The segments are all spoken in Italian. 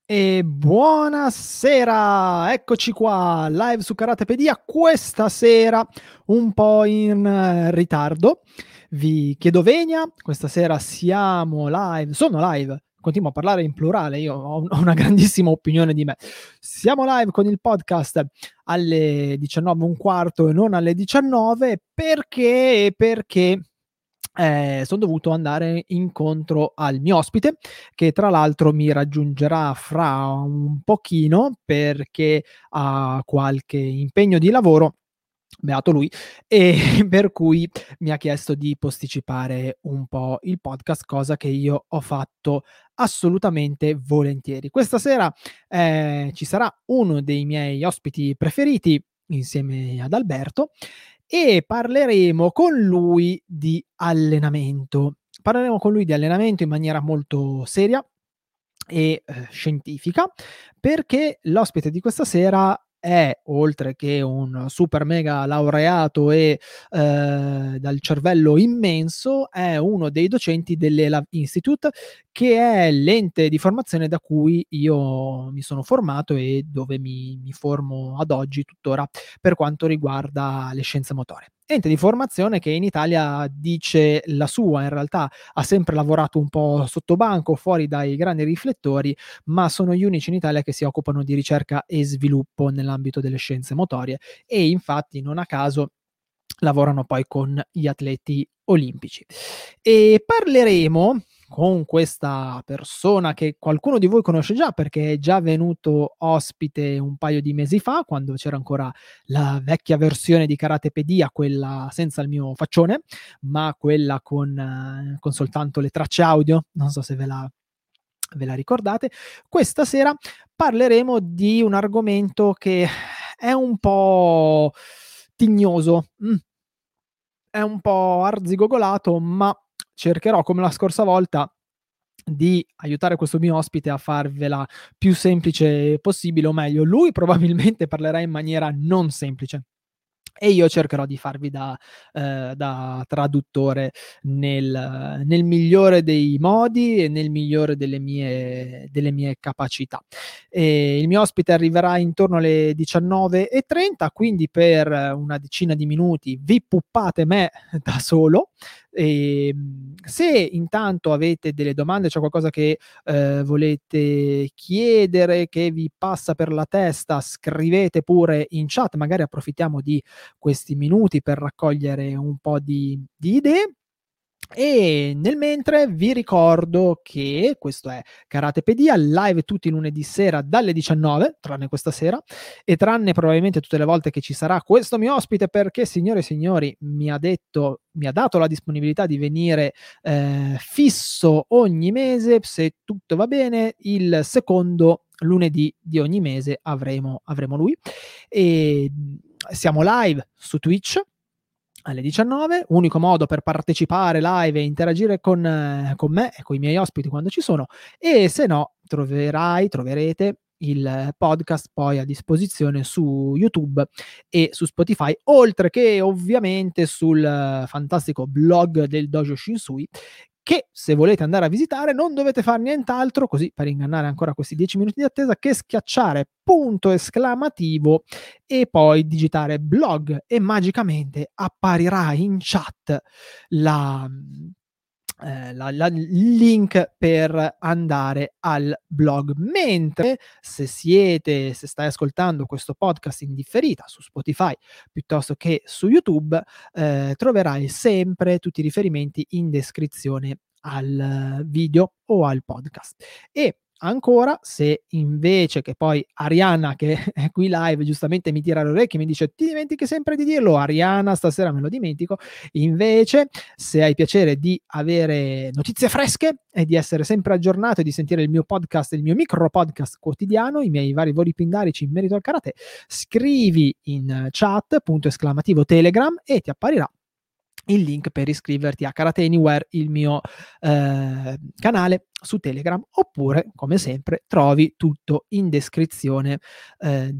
E buonasera, eccoci qua, live su Karatepedia, questa sera un po' in ritardo. Vi chiedo venia, questa sera siamo live, sono live, continuo a parlare in plurale, io ho una grandissima opinione di me. Siamo live con il podcast alle 19:15 e non alle 19 perché sono dovuto andare incontro al mio ospite, che tra l'altro mi raggiungerà fra un pochino perché ha qualche impegno di lavoro, beato lui, e per cui mi ha chiesto di posticipare un po' il podcast, cosa che io ho fatto assolutamente volentieri. Questa sera ci sarà uno dei miei ospiti preferiti insieme ad Alberto e parleremo con lui di allenamento. Parleremo con lui di allenamento in maniera molto seria e scientifica, perché l'ospite di questa sera è, oltre che un super mega laureato e dal cervello immenso, è uno dei docenti dell'ELAV Institute, che è l'ente di formazione da cui io mi sono formato e dove mi formo ad oggi tuttora per quanto riguarda le scienze motorie. Ente di formazione che in Italia dice la sua, in realtà ha sempre lavorato un po' sotto banco, fuori dai grandi riflettori, ma sono gli unici in Italia che si occupano di ricerca e sviluppo nell'ambito delle scienze motorie e infatti non a caso lavorano poi con gli atleti olimpici. E parleremo con questa persona che qualcuno di voi conosce già perché è già venuto ospite un paio di mesi fa, quando c'era ancora la vecchia versione di Karatepedia, quella senza il mio faccione, ma quella con soltanto le tracce audio, non so se ve la ricordate. Questa sera parleremo di un argomento che è un po' tignoso, è un po' arzigogolato, ma cercherò, come la scorsa volta, di aiutare questo mio ospite a farvela più semplice possibile, o meglio, lui probabilmente parlerà in maniera non semplice e io cercherò di farvi da traduttore nel migliore dei modi e nel migliore delle mie capacità. Il mio ospite arriverà intorno alle 19:30, quindi per una decina di minuti vi puppate me da solo. Se intanto avete delle domande, c'è qualcosa che volete chiedere, che vi passa per la testa, scrivete pure in chat, magari approfittiamo di questi minuti per raccogliere un po' di idee. E nel mentre vi ricordo che questo è Karatepedia, live tutti i lunedì sera dalle 19, tranne questa sera, e tranne probabilmente tutte le volte che ci sarà questo mio ospite, perché signore e signori mi ha dato la disponibilità di venire fisso ogni mese, se tutto va bene, il secondo lunedì di ogni mese avremo lui. E siamo live su Twitch alle 19, unico modo per partecipare live e interagire con me e con i miei ospiti quando ci sono, e se no troverete il podcast poi a disposizione su YouTube e su Spotify, oltre che ovviamente sul fantastico blog del Dojo Shinsui, che se volete andare a visitare non dovete fare nient'altro, così per ingannare ancora questi 10 minuti di attesa, che schiacciare punto esclamativo e poi digitare blog e magicamente apparirà in chat il link per andare al blog. Mentre se stai ascoltando questo podcast in differita su Spotify piuttosto che su YouTube, troverai sempre tutti i riferimenti in descrizione al video o al podcast. E ancora, se invece, che poi Arianna, che è qui live, giustamente mi tira le orecchie e mi dice: ti dimentichi sempre di dirlo, Arianna, stasera me lo dimentico. Invece, se hai piacere di avere notizie fresche e di essere sempre aggiornato e di sentire il mio podcast, il mio micro podcast quotidiano, i miei vari voli pindarici in merito al karate, scrivi in chat punto esclamativo Telegram e ti apparirà il link per iscriverti a Karate Anywhere, il mio canale su Telegram, oppure, come sempre, trovi tutto in descrizione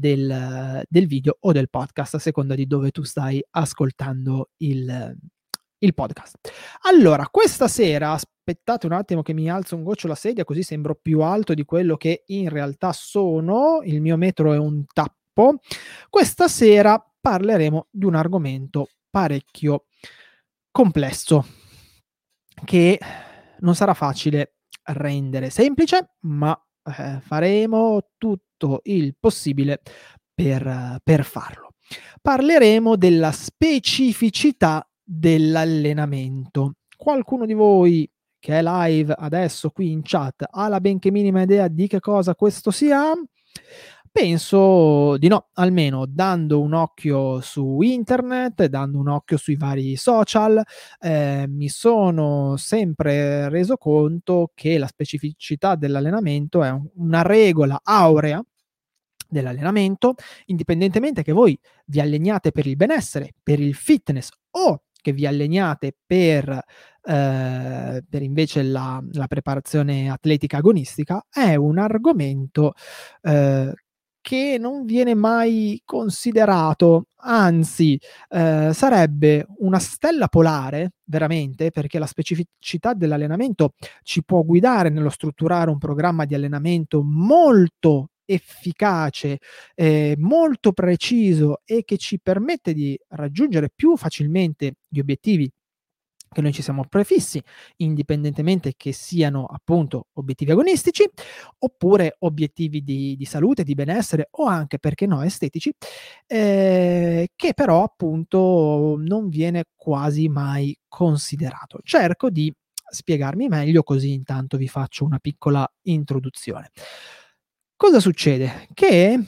del video o del podcast, a seconda di dove tu stai ascoltando il podcast. Allora, questa sera aspettate un attimo che mi alzo un goccio la sedia, così sembro più alto di quello che in realtà sono. Il mio metro è un tappo. Questa sera parleremo di un argomento parecchio complesso, che non sarà facile rendere semplice, ma, faremo tutto il possibile per farlo. Parleremo della specificità dell'allenamento. Qualcuno di voi che è live adesso qui in chat ha la benché minima idea di che cosa questo sia? Penso di no, almeno dando un occhio su internet, dando un occhio sui vari social, mi sono sempre reso conto che la specificità dell'allenamento è una regola aurea dell'allenamento, indipendentemente che voi vi alleniate per il benessere, per il fitness o che vi alleniate per invece la preparazione atletica agonistica, è un argomento eh, che non viene mai considerato, anzi sarebbe una stella polare veramente, perché la specificità dell'allenamento ci può guidare nello strutturare un programma di allenamento molto efficace, molto preciso e che ci permette di raggiungere più facilmente gli obiettivi che noi ci siamo prefissi, indipendentemente che siano appunto obiettivi agonistici, oppure obiettivi di salute, di benessere o anche, perché no, estetici, che però appunto non viene quasi mai considerato. Cerco di spiegarmi meglio, così intanto vi faccio una piccola introduzione. Cosa succede? Che,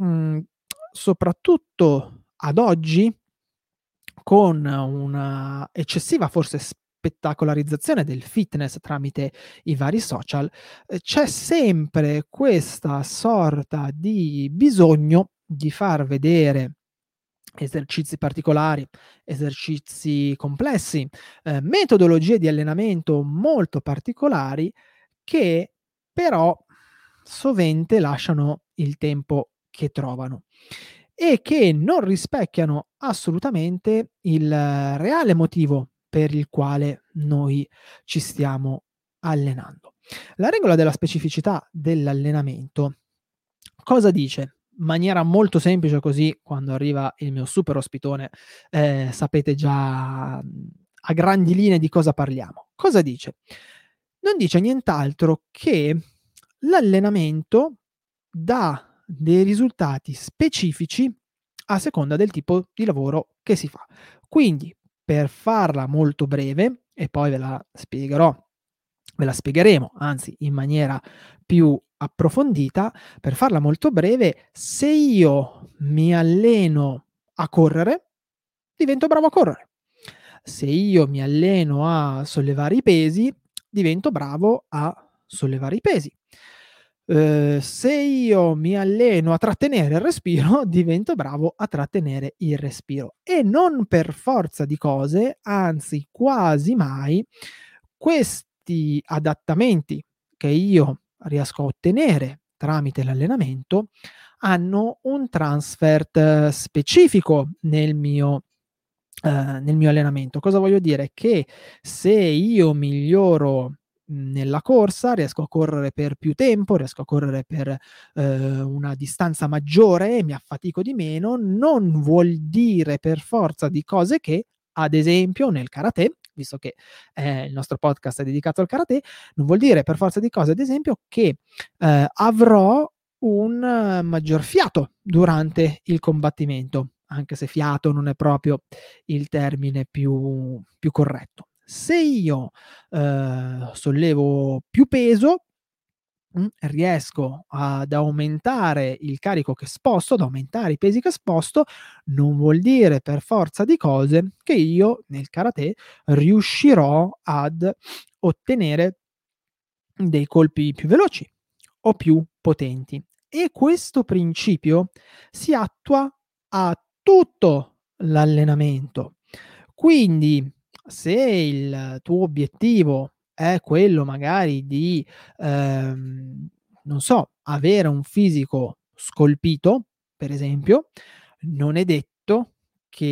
soprattutto ad oggi, con una eccessiva forse spettacolarizzazione del fitness tramite i vari social, c'è sempre questa sorta di bisogno di far vedere esercizi particolari, esercizi complessi, metodologie di allenamento molto particolari che però sovente lasciano il tempo che trovano e che non rispecchiano assolutamente il reale motivo per il quale noi ci stiamo allenando. La regola della specificità dell'allenamento cosa dice? In maniera molto semplice, così quando arriva il mio super ospitone, sapete già, a grandi linee di cosa parliamo. Cosa dice? Non dice nient'altro che l'allenamento dà dei risultati specifici a seconda del tipo di lavoro che si fa. Quindi, per farla molto breve, e poi ve la spiegheremo, anzi in maniera più approfondita, per farla molto breve, se io mi alleno a correre, divento bravo a correre. Se io mi alleno a sollevare i pesi, divento bravo a sollevare i pesi. Se io mi alleno a trattenere il respiro, divento bravo a trattenere il respiro. E non per forza di cose, anzi quasi mai, questi adattamenti che io riesco a ottenere tramite l'allenamento hanno un transfert specifico nel mio allenamento. Cosa voglio dire? Che se io miglioro nella corsa, riesco a correre per più tempo, riesco a correre per una distanza maggiore e mi affatico di meno, non vuol dire per forza di cose che, ad esempio, nel karate, visto che il nostro podcast è dedicato al karate, non vuol dire per forza di cose, ad esempio, che avrò un maggior fiato durante il combattimento, anche se fiato non è proprio il termine più corretto. Se io sollevo più peso, riesco ad aumentare il carico che sposto, ad aumentare i pesi che sposto, non vuol dire per forza di cose che io nel karate riuscirò ad ottenere dei colpi più veloci o più potenti. E questo principio si attua a tutto l'allenamento. Quindi, se il tuo obiettivo è quello magari di, non so, avere un fisico scolpito, per esempio, non è detto che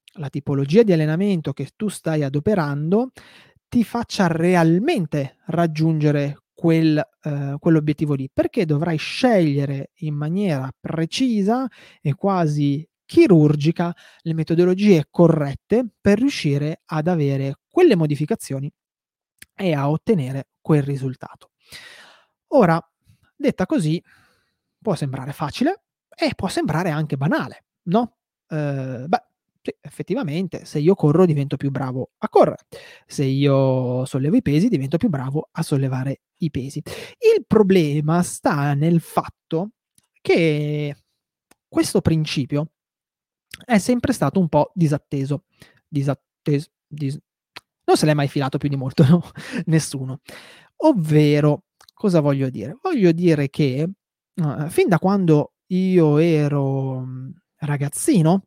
la tipologia di allenamento che tu stai adoperando ti faccia realmente raggiungere quell'obiettivo lì, perché dovrai scegliere in maniera precisa e quasi chirurgica le metodologie corrette per riuscire ad avere quelle modificazioni e a ottenere quel risultato. Ora, detta così, può sembrare facile e può sembrare anche banale, no? Beh, sì, effettivamente, se io corro divento più bravo a correre, se io sollevo i pesi divento più bravo a sollevare i pesi. Il problema sta nel fatto che questo principio è sempre stato un po' disatteso. Disatteso, non se l'è mai filato più di molto, no, nessuno. Ovvero, cosa voglio dire? Voglio dire che, fin da quando io ero, ragazzino,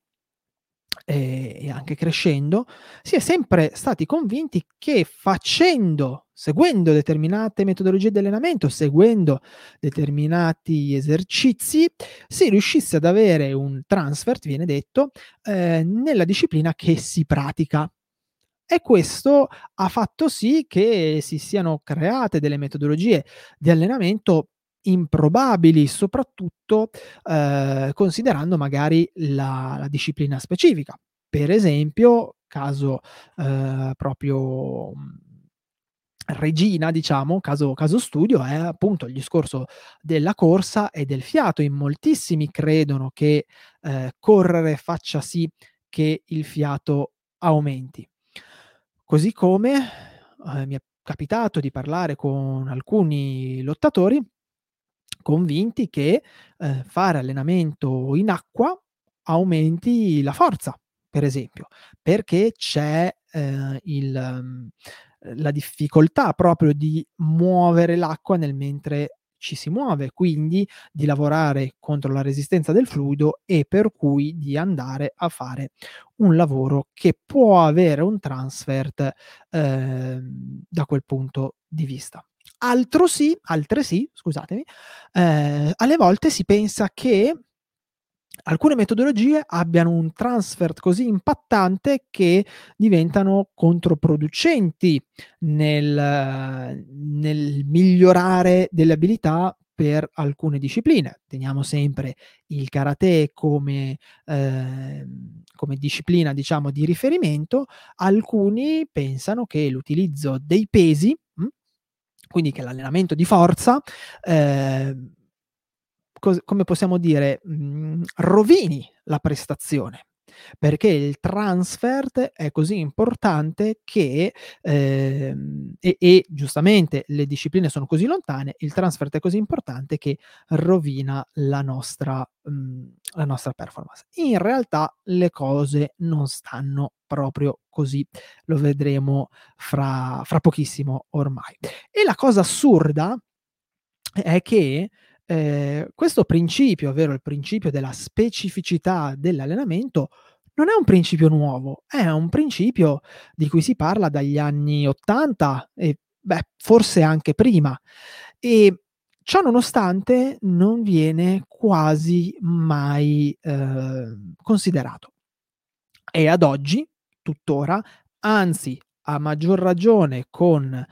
e anche crescendo, si è sempre stati convinti che seguendo determinate metodologie di allenamento, seguendo determinati esercizi, si riuscisse ad avere un transfert, viene detto, nella disciplina che si pratica. E questo ha fatto sì che si siano create delle metodologie di allenamento improbabili, soprattutto, considerando magari la disciplina specifica. Per esempio, caso, proprio, regina diciamo, caso studio è appunto il discorso della corsa e del fiato. In moltissimi credono che, correre faccia sì che il fiato aumenti. Così come, mi è capitato di parlare con alcuni lottatori convinti che, fare allenamento in acqua aumenti la forza, per esempio, perché c'è, la difficoltà proprio di muovere l'acqua nel mentre ci si muove, quindi di lavorare contro la resistenza del fluido e per cui di andare a fare un lavoro che può avere un transfert, da quel punto di vista. Altresì, scusatemi, alle volte si pensa che alcune metodologie abbiano un transfert così impattante che diventano controproducenti nel migliorare delle abilità per alcune discipline. Teniamo sempre il karate come disciplina, diciamo, di riferimento. Alcuni pensano che l'utilizzo dei pesi, quindi che l'allenamento di forza, ehm come possiamo dire, rovini la prestazione, perché il transfert è così importante che e giustamente le discipline sono così lontane, il transfert è così importante che rovina la nostra performance. In realtà le cose non stanno proprio così, lo vedremo fra pochissimo ormai. E la cosa assurda è che, questo principio, ovvero il principio della specificità dell'allenamento, non è un principio nuovo, è un principio di cui si parla dagli anni '80 e, beh, forse anche prima. E ciò nonostante non viene quasi mai, considerato. E ad oggi, tuttora, anzi a maggior ragione con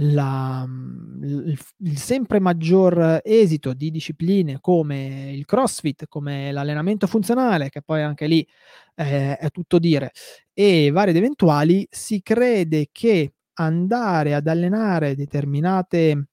il sempre maggior esito di discipline come il CrossFit, come l'allenamento funzionale, che poi anche lì, è tutto dire, e vari ed eventuali, si crede che andare ad allenare determinate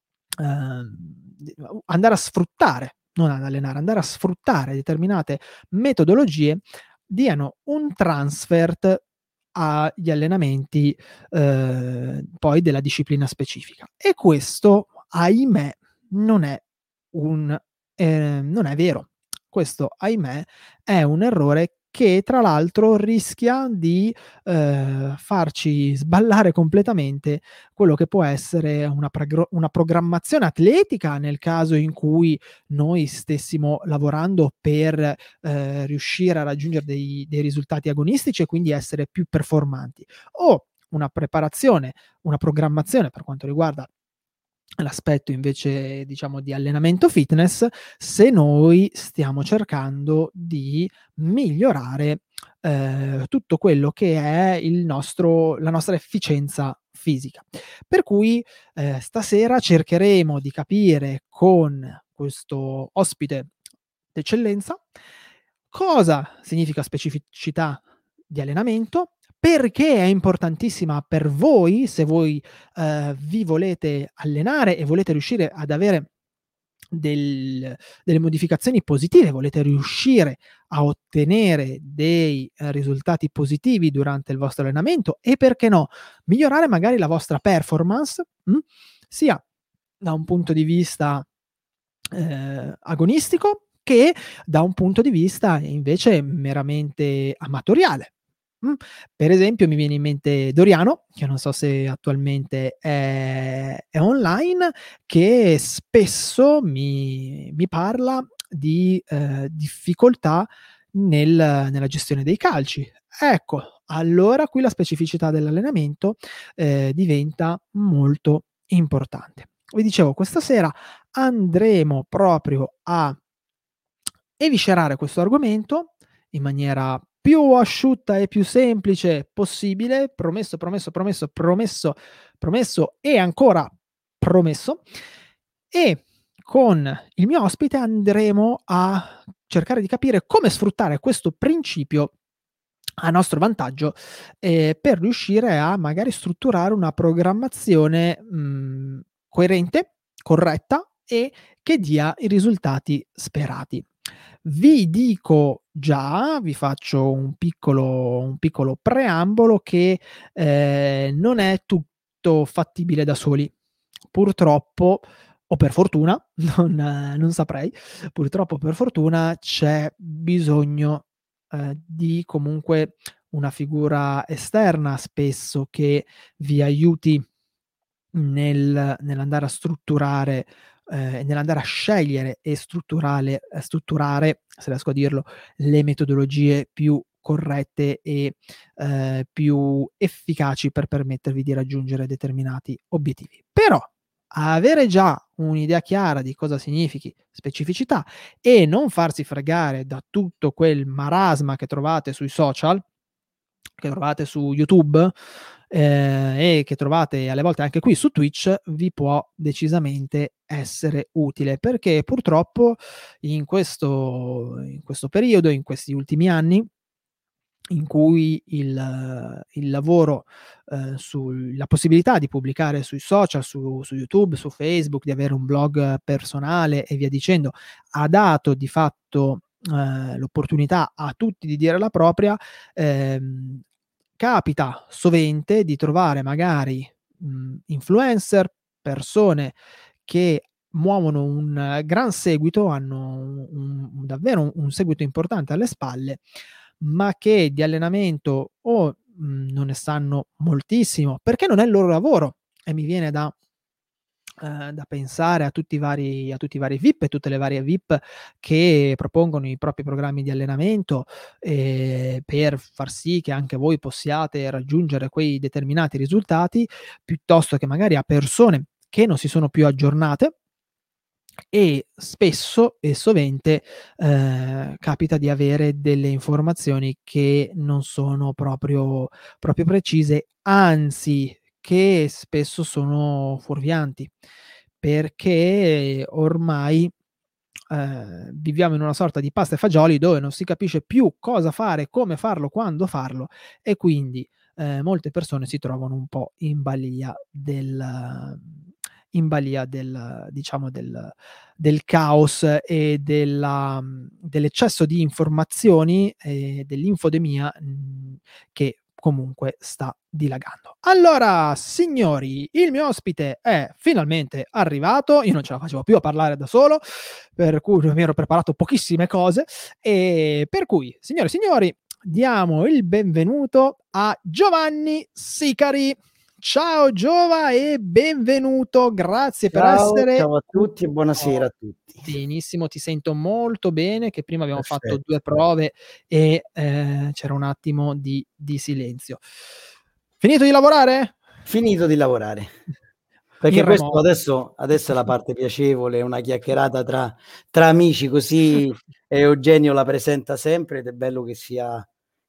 andare a sfruttare, non ad allenare, andare a sfruttare determinate metodologie diano un transfert agli allenamenti, poi della disciplina specifica. E questo, ahimè, non è non è vero. Questo, ahimè, è un errore che tra l'altro rischia di, farci sballare completamente quello che può essere una programmazione atletica, nel caso in cui noi stessimo lavorando per, riuscire a raggiungere dei risultati agonistici e quindi essere più performanti, o una programmazione per quanto riguarda l'aspetto invece, diciamo, di allenamento fitness, se noi stiamo cercando di migliorare, tutto quello che è la nostra efficienza fisica. Per cui stasera cercheremo di capire con questo ospite d'eccellenza cosa significa specificità di allenamento, perché è importantissima per voi, se voi vi volete allenare e volete riuscire ad avere delle modificazioni positive, volete riuscire a ottenere dei risultati positivi durante il vostro allenamento e perché no, migliorare magari la vostra performance, sia da un punto di vista agonistico che da un punto di vista invece meramente amatoriale. Mh. Per esempio mi viene in mente Doriano, che non so se attualmente è online, che spesso mi parla di difficoltà nella gestione dei calci. Ecco, allora qui la specificità dell'allenamento diventa molto importante. Vi dicevo, questa sera andremo proprio a eviscerare questo argomento in maniera più asciutta e più semplice possibile. Promesso, promesso, promesso, promesso, promesso e ancora promesso. E con il mio ospite andremo a cercare di capire come sfruttare questo principio a nostro vantaggio, per riuscire a magari strutturare una programmazione, coerente, corretta e che dia i risultati sperati. Vi dico già, vi faccio un piccolo preambolo che, non è tutto fattibile da soli. Purtroppo o per fortuna, non saprei, purtroppo o per fortuna c'è bisogno di comunque una figura esterna spesso che vi aiuti nell'andare a strutturare, nell'andare a scegliere e strutturare, se riesco a dirlo, le metodologie più corrette e più efficaci per permettervi di raggiungere determinati obiettivi. Però avere già un'idea chiara di cosa significhi specificità e non farsi fregare da tutto quel marasma che trovate sui social, che trovate su YouTube, e che trovate alle volte anche qui su Twitch, vi può decisamente essere utile, perché purtroppo in questo periodo, in questi ultimi anni, in cui il lavoro, la possibilità di pubblicare sui social, su YouTube, su Facebook, di avere un blog personale e via dicendo, ha dato di fatto, l'opportunità a tutti di dire la propria, capita sovente di trovare magari, influencer, persone che muovono un gran seguito, hanno davvero un seguito importante alle spalle, ma che di allenamento o, non ne sanno moltissimo, perché non è il loro lavoro e mi viene da pensare a tutti i vari VIP e tutte le varie VIP che propongono i propri programmi di allenamento, per far sì che anche voi possiate raggiungere quei determinati risultati, piuttosto che magari a persone che non si sono più aggiornate e spesso e sovente, capita di avere delle informazioni che non sono proprio precise, anzi che spesso sono fuorvianti, perché ormai, viviamo in una sorta di pasta e fagioli dove non si capisce più cosa fare, come farlo, quando farlo e quindi, molte persone si trovano un po' in balia del diciamo del caos e dell'eccesso di informazioni e dell'infodemia, che comunque sta dilagando. Allora, signori, il mio ospite è finalmente arrivato, io non ce la facevo più a parlare da solo, per cui mi ero preparato pochissime cose e per cui, signore e signori, diamo il benvenuto a Giovanni Sicari. Ciao Giova e benvenuto, grazie per Ciao, essere ciao a qui tutti e con buonasera noi. a tutti. Benissimo, ti sento molto bene, che prima abbiamo fatto 2 Perfetto. prove e, c'era un attimo di silenzio. Finito di lavorare? Finito di lavorare, perché In questo remoto. adesso è la parte piacevole, una chiacchierata tra amici, così Eugenio la presenta sempre ed è bello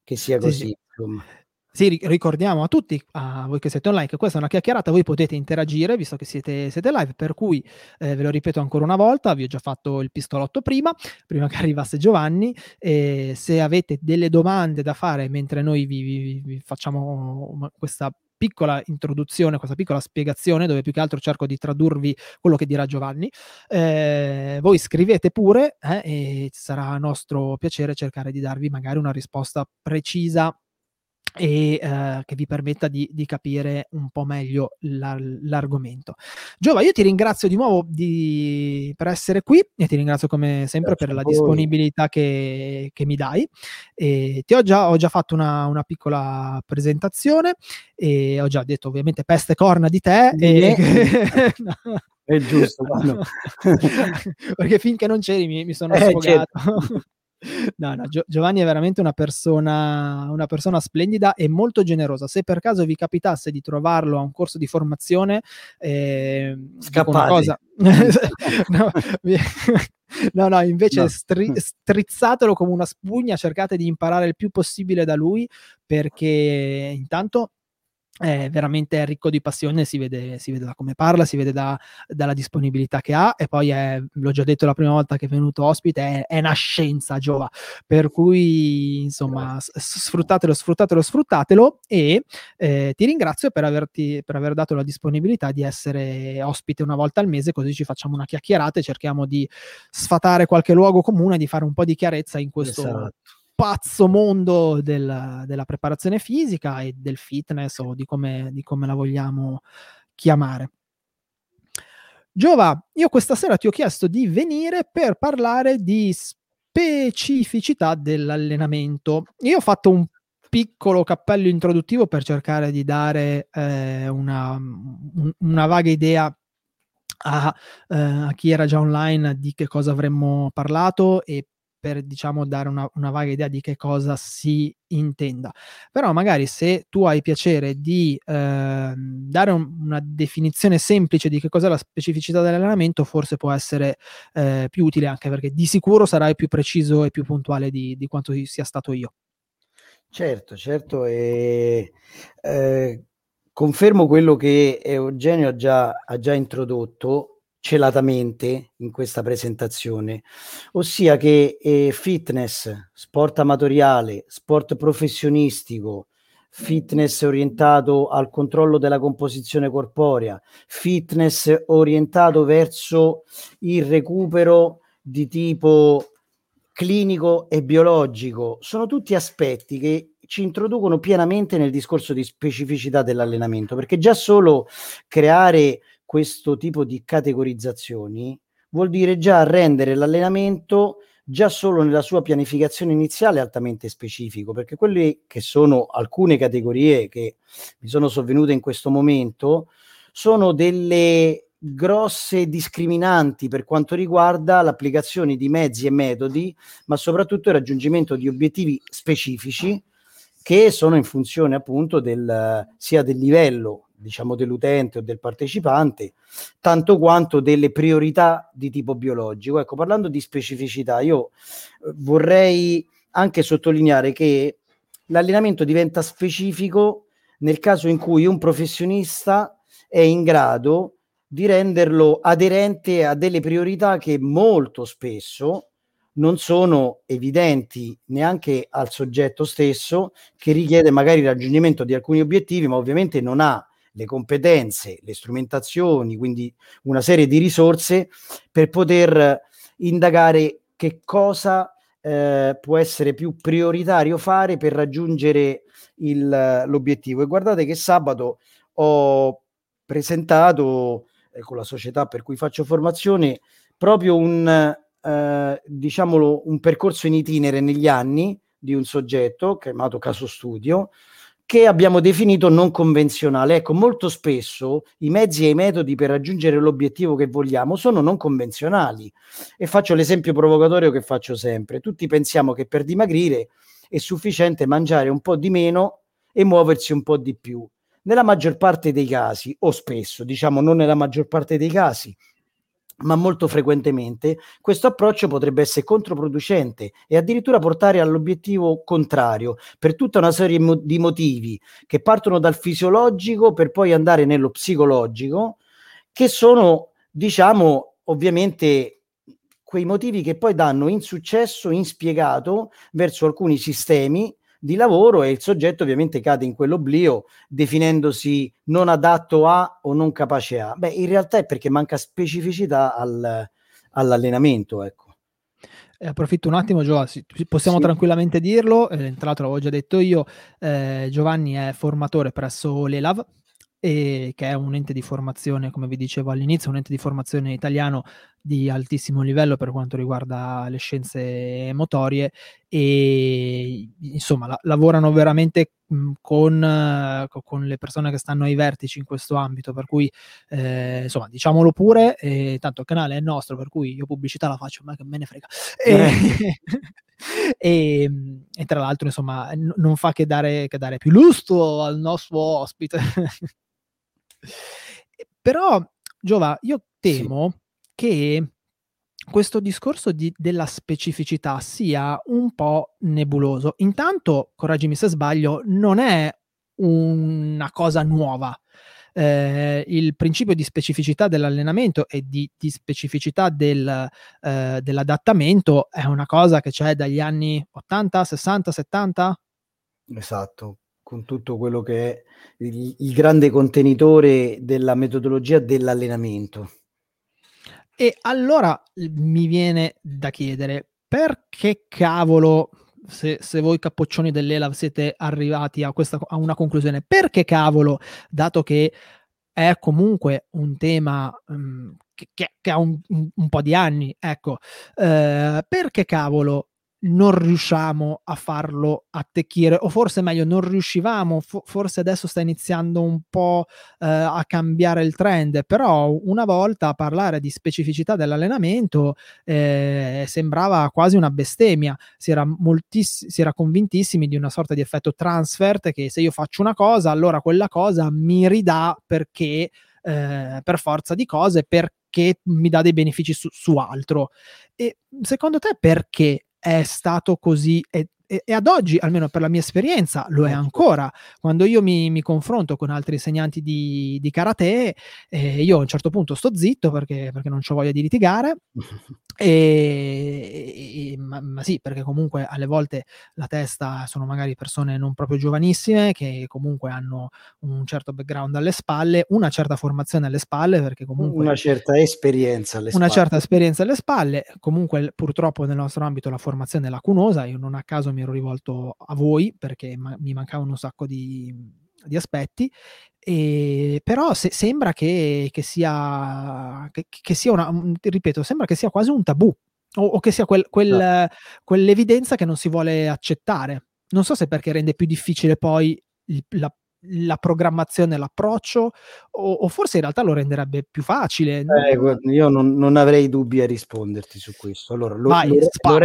che sia Sì, sì. così, insomma. Sì, ricordiamo a tutti, a voi che siete online, che questa è una chiacchierata, voi potete interagire visto che siete live, per cui ve lo ripeto ancora una volta, vi ho già fatto il pistolotto prima che arrivasse Giovanni, e se avete delle domande da fare mentre noi vi facciamo questa piccola introduzione, questa piccola spiegazione, dove più che altro cerco di tradurvi quello che dirà Giovanni, voi scrivete pure, e sarà nostro piacere cercare di darvi magari una risposta precisa e che vi permetta di capire un po' meglio l'argomento. Giova, io ti ringrazio di nuovo per essere qui e ti ringrazio come sempre per Grazie a la voi. disponibilità che mi dai. E ho già fatto una piccola presentazione e ho già detto ovviamente peste corna di te Di me no. è giusto, no. Perché finché non c'eri mi sono sfogato. Certo. No, Giovanni è veramente una persona splendida e molto generosa. Se per caso vi capitasse di trovarlo a un corso di formazione, dico una Scappate. cosa no, no, invece No. strizzatelo come una spugna, cercate di imparare il più possibile da lui, perché intanto è veramente ricco di passione, si vede da come parla, si vede dalla disponibilità che ha, e poi l'ho già detto la prima volta che è venuto ospite, è una scienza, Giova, per cui insomma sfruttatelo e ti ringrazio per aver dato la disponibilità di essere ospite una volta al mese, così ci facciamo una chiacchierata e cerchiamo di sfatare qualche luogo comune, di fare un po' di chiarezza in questo Esatto. pazzo mondo della preparazione fisica e del fitness, o di come la vogliamo chiamare. Giova, io questa sera ti ho chiesto di venire per parlare di specificità dell'allenamento. Io ho fatto un piccolo cappello introduttivo per cercare di dare una vaga idea a chi era già online di che cosa avremmo parlato, e per, diciamo, dare una vaga idea di che cosa si intenda. Però magari se tu hai piacere di dare una definizione semplice di che cos'è la specificità dell'allenamento, forse può essere più utile, anche perché di sicuro sarai più preciso e più puntuale di quanto sia stato io. Certo, certo, confermo quello che Eugenio ha già introdotto celatamente in questa presentazione, ossia che fitness, sport amatoriale, sport professionistico, fitness orientato al controllo della composizione corporea, fitness orientato verso il recupero di tipo clinico e biologico, sono tutti aspetti che ci introducono pienamente nel discorso di specificità dell'allenamento, perché già solo creare questo tipo di categorizzazioni vuol dire già rendere l'allenamento, già solo nella sua pianificazione iniziale, altamente specifico, perché quelle che sono alcune categorie che mi sono sovvenute in questo momento sono delle grosse discriminanti per quanto riguarda l'applicazione di mezzi e metodi, ma soprattutto il raggiungimento di obiettivi specifici che sono in funzione appunto sia del livello, diciamo, dell'utente o del partecipante, tanto quanto delle priorità di tipo biologico. Ecco, parlando di specificità, io vorrei anche sottolineare che l'allenamento diventa specifico nel caso in cui un professionista è in grado di renderlo aderente a delle priorità che molto spesso non sono evidenti neanche al soggetto stesso, che richiede magari il raggiungimento di alcuni obiettivi, ma ovviamente non ha le competenze, le strumentazioni, quindi una serie di risorse per poter indagare che cosa può essere più prioritario fare per raggiungere l'obiettivo. E guardate che sabato ho presentato con la società per cui faccio formazione proprio diciamolo, un percorso in itinere negli anni di un soggetto chiamato caso studio, che abbiamo definito non convenzionale. Ecco, molto spesso i mezzi e i metodi per raggiungere l'obiettivo che vogliamo sono non convenzionali, e faccio l'esempio provocatorio che faccio sempre. Tutti pensiamo che per dimagrire è sufficiente mangiare un po' di meno e muoversi un po' di più. Nella maggior parte dei casi, o spesso, diciamo non nella maggior parte dei casi, ma molto frequentemente questo approccio potrebbe essere controproducente e addirittura portare all'obiettivo contrario per tutta una serie di motivi che partono dal fisiologico per poi andare nello psicologico, che sono, diciamo, ovviamente quei motivi che poi danno insuccesso inspiegato verso alcuni sistemi di lavoro, e il soggetto ovviamente cade in quell'oblio definendosi non adatto a o non capace a. Beh, in realtà è perché manca specificità all'allenamento, ecco. Approfitto un attimo, possiamo tranquillamente dirlo, tra l'altro l'avevo già detto io, Giovanni è formatore presso l'ELAV, che è un ente di formazione, come vi dicevo all'inizio, un ente di formazione italiano di altissimo livello per quanto riguarda le scienze motorie, e insomma lavorano veramente con le persone che stanno ai vertici in questo ambito, per cui insomma diciamolo pure, tanto il canale è nostro, per cui io pubblicità la faccio, ma che me ne frega. E tra l'altro insomma non fa che dare più lustro al nostro ospite. Però Giova, io temo che questo discorso della specificità sia un po' nebuloso. Intanto, correggimi se sbaglio, non è una cosa nuova. Il principio di specificità dell'allenamento e di specificità dell'adattamento è una cosa che c'è dagli anni 80, 60, 70? Esatto, con tutto quello che è il grande contenitore della metodologia dell'allenamento. E allora mi viene da chiedere, perché cavolo, se voi cappoccioni dell'ELAV siete arrivati a una conclusione, perché cavolo, dato che è comunque un tema che ha un po' di anni, ecco, perché cavolo non riusciamo a farlo attecchire, o forse meglio non riuscivamo, forse adesso sta iniziando un po' a cambiare il trend, però una volta parlare di specificità dell'allenamento sembrava quasi una bestemmia, si era convintissimi di una sorta di effetto transfert, che se io faccio una cosa allora quella cosa mi ridà perché per forza di cose, perché mi dà dei benefici su altro. E secondo te perché è stato così? E ad oggi, almeno per la mia esperienza, lo è ancora. Quando io mi confronto con altri insegnanti di karate, io a un certo punto sto zitto perché non c'ho voglia di litigare, ma sì, perché comunque alle volte la testa sono magari persone non proprio giovanissime che comunque hanno un certo background alle spalle, una certa formazione alle spalle, perché comunque una certa esperienza alle spalle. Una certa esperienza alle spalle. Comunque purtroppo nel nostro ambito la formazione è lacunosa, io non a caso mi ero rivolto a voi perché mi mancavano un sacco di aspetti, però sembra che sia ripeto, sembra che sia quasi un tabù, o che sia quell'evidenza che non si vuole accettare. Non so se perché rende più difficile poi la programmazione, l'approccio, o forse in realtà lo renderebbe più facile. Io non avrei dubbi a risponderti su questo. Allora, Vai,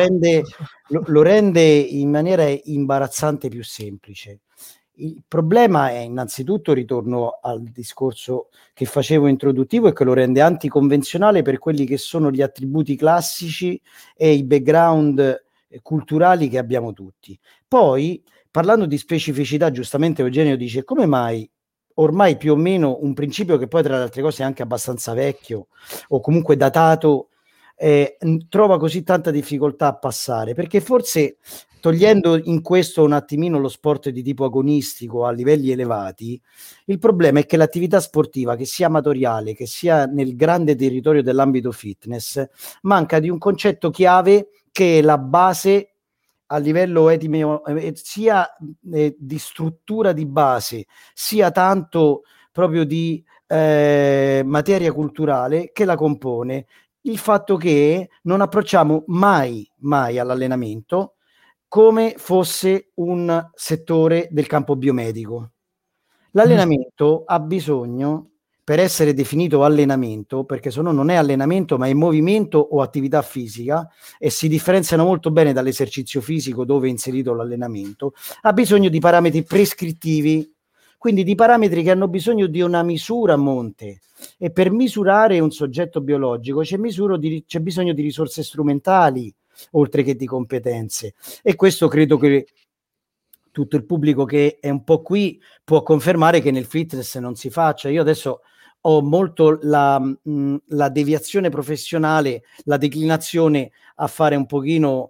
lo rende in maniera imbarazzante più semplice. Il problema è, innanzitutto, ritorno al discorso che facevo introduttivo, e che lo rende anticonvenzionale per quelli che sono gli attributi classici e i background culturali che abbiamo tutti. Poi, parlando di specificità, giustamente Eugenio dice: come mai ormai più o meno un principio che poi tra le altre cose è anche abbastanza vecchio o comunque datato trova così tanta difficoltà a passare? Perché forse, togliendo in questo un attimino lo sport di tipo agonistico a livelli elevati, il problema è che l'attività sportiva, che sia amatoriale, che sia nel grande territorio dell'ambito fitness, manca di un concetto chiave che è la base a livello sia di struttura di base, sia tanto proprio di materia culturale che la compone: il fatto che non approcciamo mai all'allenamento come fosse un settore del campo biomedico. L'allenamento ha bisogno, per essere definito allenamento, perché se no non è allenamento ma è movimento o attività fisica, e si differenziano molto bene dall'esercizio fisico dove è inserito l'allenamento, ha bisogno di parametri prescrittivi. quindi di parametri che hanno bisogno di una misura a monte. E per misurare un soggetto biologico c'è bisogno di risorse strumentali oltre che di competenze, e questo credo che tutto il pubblico che è un po' qui può confermare che nel fitness non si faccia. Io adesso ho molto la deviazione professionale, la declinazione a fare un pochino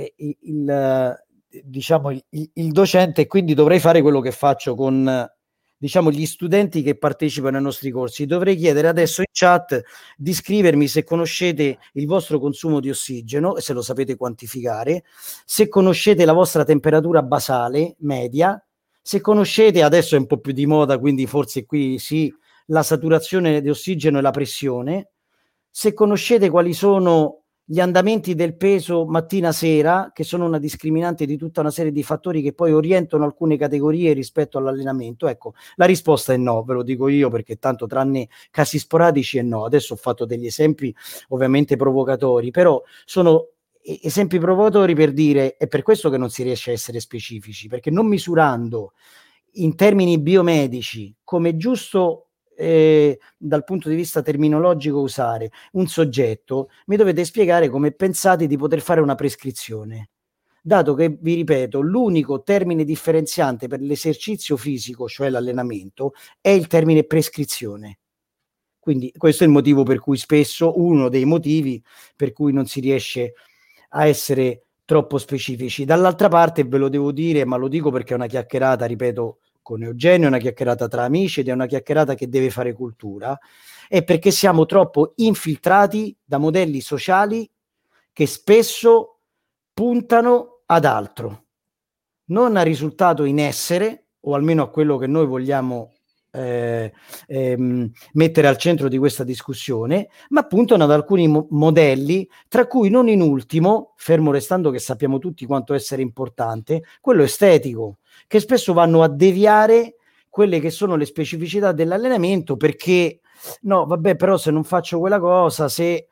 diciamo il docente, e quindi dovrei fare quello che faccio con diciamo gli studenti che partecipano ai nostri corsi. Dovrei chiedere adesso in chat di scrivermi se conoscete il vostro consumo di ossigeno e se lo sapete quantificare, se conoscete la vostra temperatura basale media, se conoscete, adesso è un po' più di moda, quindi forse qui sì, la saturazione di ossigeno e la pressione, se conoscete quali sono gli andamenti del peso mattina-sera, che sono una discriminante di tutta una serie di fattori che poi orientano alcune categorie rispetto all'allenamento. Ecco, la risposta è no, ve lo dico io, perché tanto tranne casi sporadici è no. Adesso ho fatto degli esempi ovviamente provocatori, però sono esempi provocatori per dire, è per questo che non si riesce a essere specifici, perché non misurando in termini biomedici come giusto dal punto di vista terminologico usare un soggetto, mi dovete spiegare come pensate di poter fare una prescrizione, dato che, vi ripeto, l'unico termine differenziante per l'esercizio fisico, cioè l'allenamento, è il termine prescrizione. Quindi questo è il motivo per cui spesso, uno dei motivi per cui non si riesce a essere troppo specifici. Dall'altra parte ve lo devo dire, ma lo dico perché è una chiacchierata, ripeto, con Eugenio, è una chiacchierata tra amici ed è una chiacchierata che deve fare cultura, è perché siamo troppo infiltrati da modelli sociali che spesso puntano ad altro, non al risultato in essere, o almeno a quello che noi vogliamo mettere al centro di questa discussione, ma puntano ad alcuni modelli, tra cui non in ultimo, fermo restando che sappiamo tutti quanto essere importante, quello estetico, che spesso vanno a deviare quelle che sono le specificità dell'allenamento, perché no, vabbè, però se non faccio quella cosa, se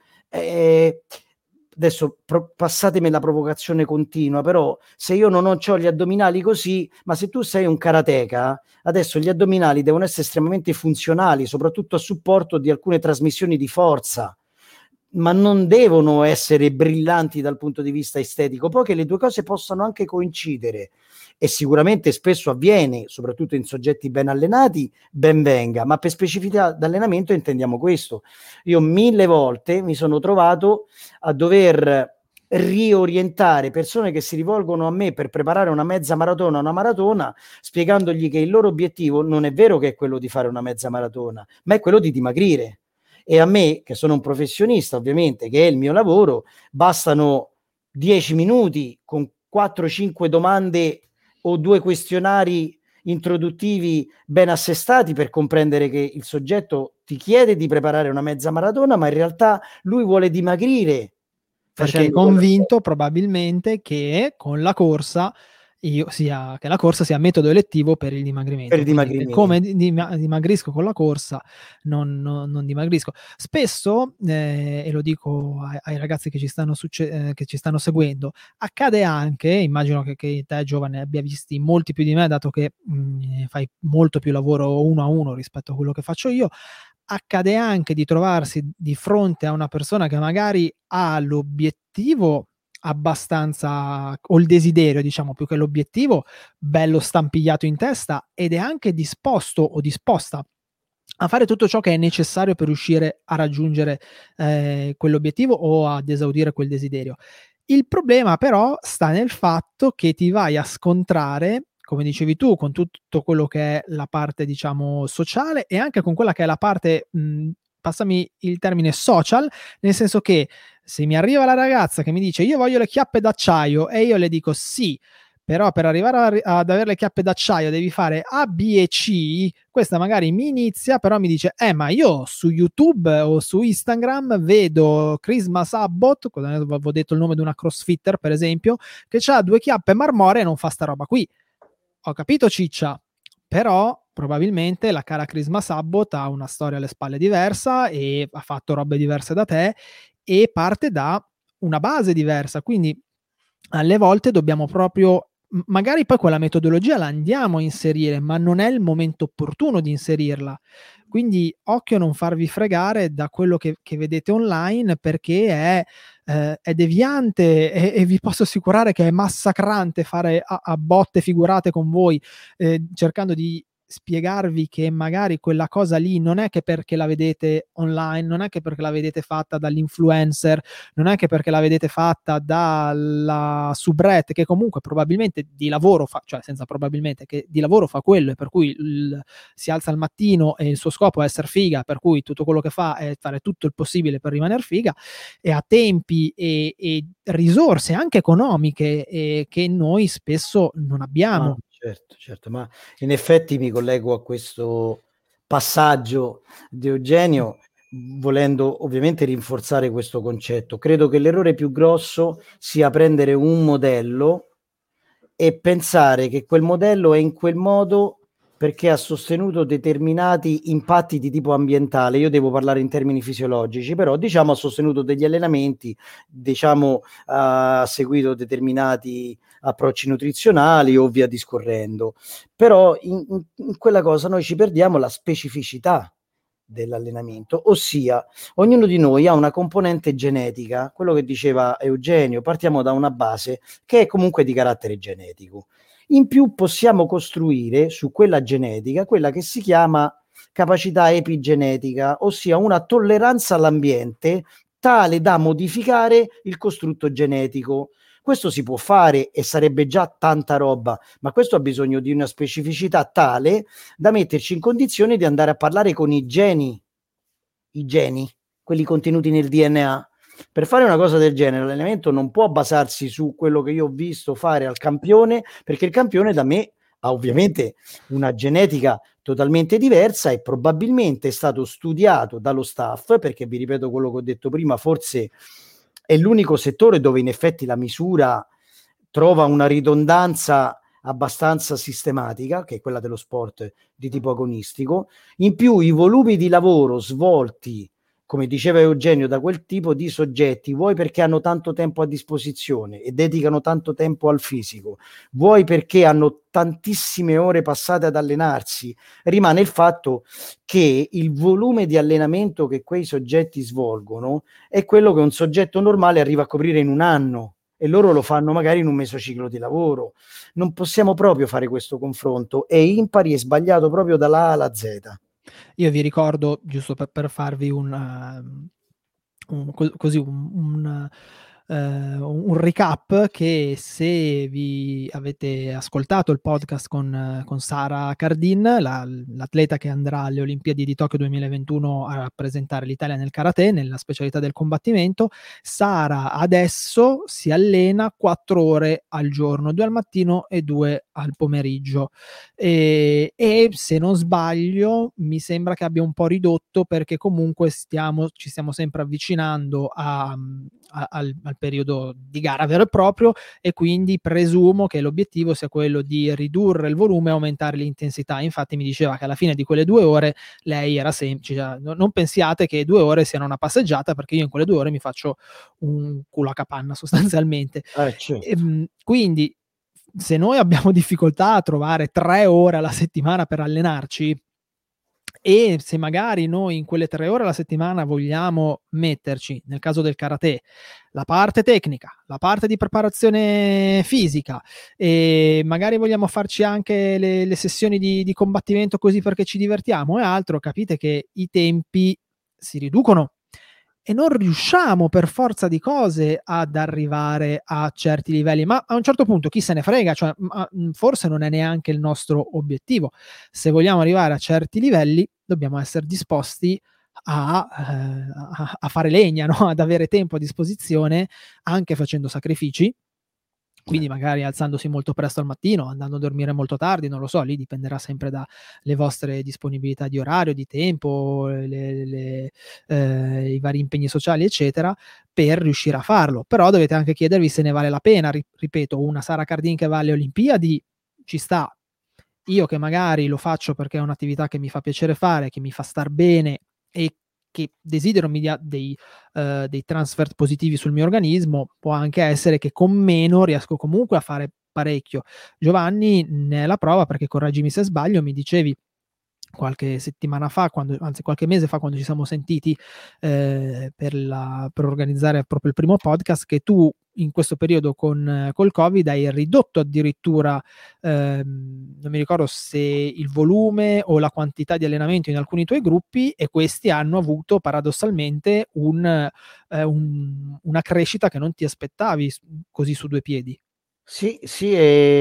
adesso passatemi la provocazione continua, però se io non ho gli addominali così, ma se tu sei un karateka, adesso gli addominali devono essere estremamente funzionali, soprattutto a supporto di alcune trasmissioni di forza, ma non devono essere brillanti dal punto di vista estetico, poi che le due cose possano anche coincidere, e sicuramente spesso avviene, soprattutto in soggetti ben allenati, ben venga, ma per specificità d'allenamento intendiamo questo. Io 1000 volte mi sono trovato a dover riorientare persone che si rivolgono a me per preparare una mezza maratona, una maratona, spiegandogli che il loro obiettivo non è vero che è quello di fare una mezza maratona, ma è quello di dimagrire. E a me, che sono un professionista ovviamente, che è il mio lavoro, bastano 10 minuti con 4-5 domande o 2 questionari introduttivi ben assestati per comprendere che il soggetto ti chiede di preparare una mezza maratona, ma in realtà lui vuole dimagrire. Perché è convinto probabilmente che con la corsa che la corsa sia metodo elettivo per il dimagrimento. Per il dimagrimento. Come dimagrisco con la corsa, non dimagrisco. Spesso, e lo dico ai ragazzi che ci stanno seguendo, accade anche, immagino che te giovane abbia visti molti più di me, dato che fai molto più lavoro 1 a 1 rispetto a quello che faccio io, accade anche di trovarsi di fronte a una persona che magari ha l'obiettivo abbastanza, o il desiderio, diciamo, più che l'obiettivo, bello stampigliato in testa, ed è anche disposto o disposta a fare tutto ciò che è necessario per riuscire a raggiungere quell'obiettivo o ad esaudire quel desiderio. Il problema però sta nel fatto che ti vai a scontrare, come dicevi tu, con tutto quello che è la parte, diciamo, sociale, e anche con quella che è la parte, passami il termine, social, nel senso che se mi arriva la ragazza che mi dice io voglio le chiappe d'acciaio e io le dico sì, però per arrivare ad avere le chiappe d'acciaio devi fare A, B e C, questa magari mi inizia, però mi dice ma io su YouTube o su Instagram vedo Crisma Sabbot, avevo detto il nome di una crossfitter per esempio, che ha 2 chiappe marmoree e non fa sta roba qui. Ho capito, ciccia, però probabilmente la cara Crisma Sabbot ha una storia alle spalle diversa e ha fatto robe diverse da te e parte da una base diversa, quindi alle volte dobbiamo proprio magari poi quella metodologia la andiamo a inserire, ma non è il momento opportuno di inserirla. Quindi occhio a non farvi fregare da quello che vedete online, perché è deviante e vi posso assicurare che è massacrante fare a botte figurate con voi, cercando di spiegarvi che magari quella cosa lì non è che perché la vedete online, non è che perché la vedete fatta dall'influencer, non è che perché la vedete fatta dalla soubrette, che comunque probabilmente di lavoro fa, cioè senza probabilmente, che di lavoro fa quello, e per cui si alza al mattino e il suo scopo è essere figa, per cui tutto quello che fa è fare tutto il possibile per rimanere figa, e ha tempi e risorse anche economiche che noi spesso non Ma abbiamo. certo, ma in effetti mi collego a questo passaggio di Eugenio, volendo ovviamente rinforzare questo concetto. Credo che l'errore più grosso sia prendere un modello e pensare che quel modello è in quel modo perché ha sostenuto determinati impatti di tipo ambientale. Io devo parlare in termini fisiologici, però diciamo ha sostenuto degli allenamenti, diciamo ha seguito determinati approcci nutrizionali o via discorrendo. Però in quella cosa noi ci perdiamo la specificità dell'allenamento, ossia ognuno di noi ha una componente genetica, quello che diceva Eugenio, partiamo da una base che è comunque di carattere genetico. In più possiamo costruire su quella genetica quella che si chiama capacità epigenetica, ossia una tolleranza all'ambiente tale da modificare il costrutto genetico. Questo si può fare e sarebbe già tanta roba, ma questo ha bisogno di una specificità tale da metterci in condizione di andare a parlare con i geni, quelli contenuti nel DNA. Per fare una cosa del genere, l'allenamento non può basarsi su quello che io ho visto fare al campione, perché il campione da me ha ovviamente una genetica totalmente diversa e probabilmente è stato studiato dallo staff, perché vi ripeto quello che ho detto prima, forse è l'unico settore dove in effetti la misura trova una ridondanza abbastanza sistematica, che è quella dello sport di tipo agonistico. In più i volumi di lavoro svolti, come diceva Eugenio, da quel tipo di soggetti, vuoi perché hanno tanto tempo a disposizione e dedicano tanto tempo al fisico, vuoi perché hanno tantissime ore passate ad allenarsi, rimane il fatto che il volume di allenamento che quei soggetti svolgono è quello che un soggetto normale arriva a coprire in un anno, e loro lo fanno magari in un mesociclo di lavoro. Non possiamo proprio fare questo confronto, è impari e sbagliato proprio dalla A alla Z. Io vi ricordo, giusto per farvi un recap, che se vi avete ascoltato il podcast con Sara Cardin, l'atleta che andrà alle Olimpiadi di Tokyo 2021 a rappresentare l'Italia nel karate, nella specialità del combattimento, Sara adesso si allena 4 ore al giorno, 2 al mattino e 2 al pomeriggio. E se non sbaglio mi sembra che abbia un po' ridotto, perché comunque ci stiamo sempre avvicinando al periodo di gara vero e proprio, e quindi presumo che l'obiettivo sia quello di ridurre il volume e aumentare l'intensità. Infatti mi diceva che alla fine di quelle 2 ore lei era semplice, cioè, non pensiate che 2 ore siano una passeggiata, perché io in quelle 2 ore mi faccio un culo a capanna sostanzialmente. Certo. Quindi se noi abbiamo difficoltà a trovare 3 ore alla settimana per allenarci, e se magari noi in quelle 3 ore alla settimana vogliamo metterci, nel caso del karate, la parte tecnica, la parte di preparazione fisica, e magari vogliamo farci anche le sessioni di combattimento così perché ci divertiamo e altro, capite che i tempi si riducono e non riusciamo per forza di cose ad arrivare a certi livelli, ma a un certo punto chi se ne frega, cioè, forse non è neanche il nostro obiettivo. Se vogliamo arrivare a certi livelli dobbiamo essere disposti a fare legna, no? Ad avere tempo a disposizione anche facendo sacrifici, quindi magari alzandosi molto presto al mattino, andando a dormire molto tardi, non lo so, lì dipenderà sempre dalle vostre disponibilità di orario, di tempo, i vari impegni sociali, eccetera, per riuscire a farlo. Però dovete anche chiedervi se ne vale la pena. Ripeto, una Sara Cardin che va alle Olimpiadi ci sta. Io che magari lo faccio perché è un'attività che mi fa piacere fare, che mi fa star bene e che desidero mi dia dei transfer positivi sul mio organismo, può anche essere che con meno riesco comunque a fare parecchio. Giovanni ne è la prova, perché correggimi se sbaglio, mi dicevi qualche settimana fa, anzi qualche mese fa, quando ci siamo sentiti per organizzare proprio il primo podcast, che tu in questo periodo col Covid hai ridotto addirittura, non mi ricordo se il volume o la quantità di allenamento in alcuni tuoi gruppi, e questi hanno avuto paradossalmente una crescita che non ti aspettavi così su due piedi. Sì, sì,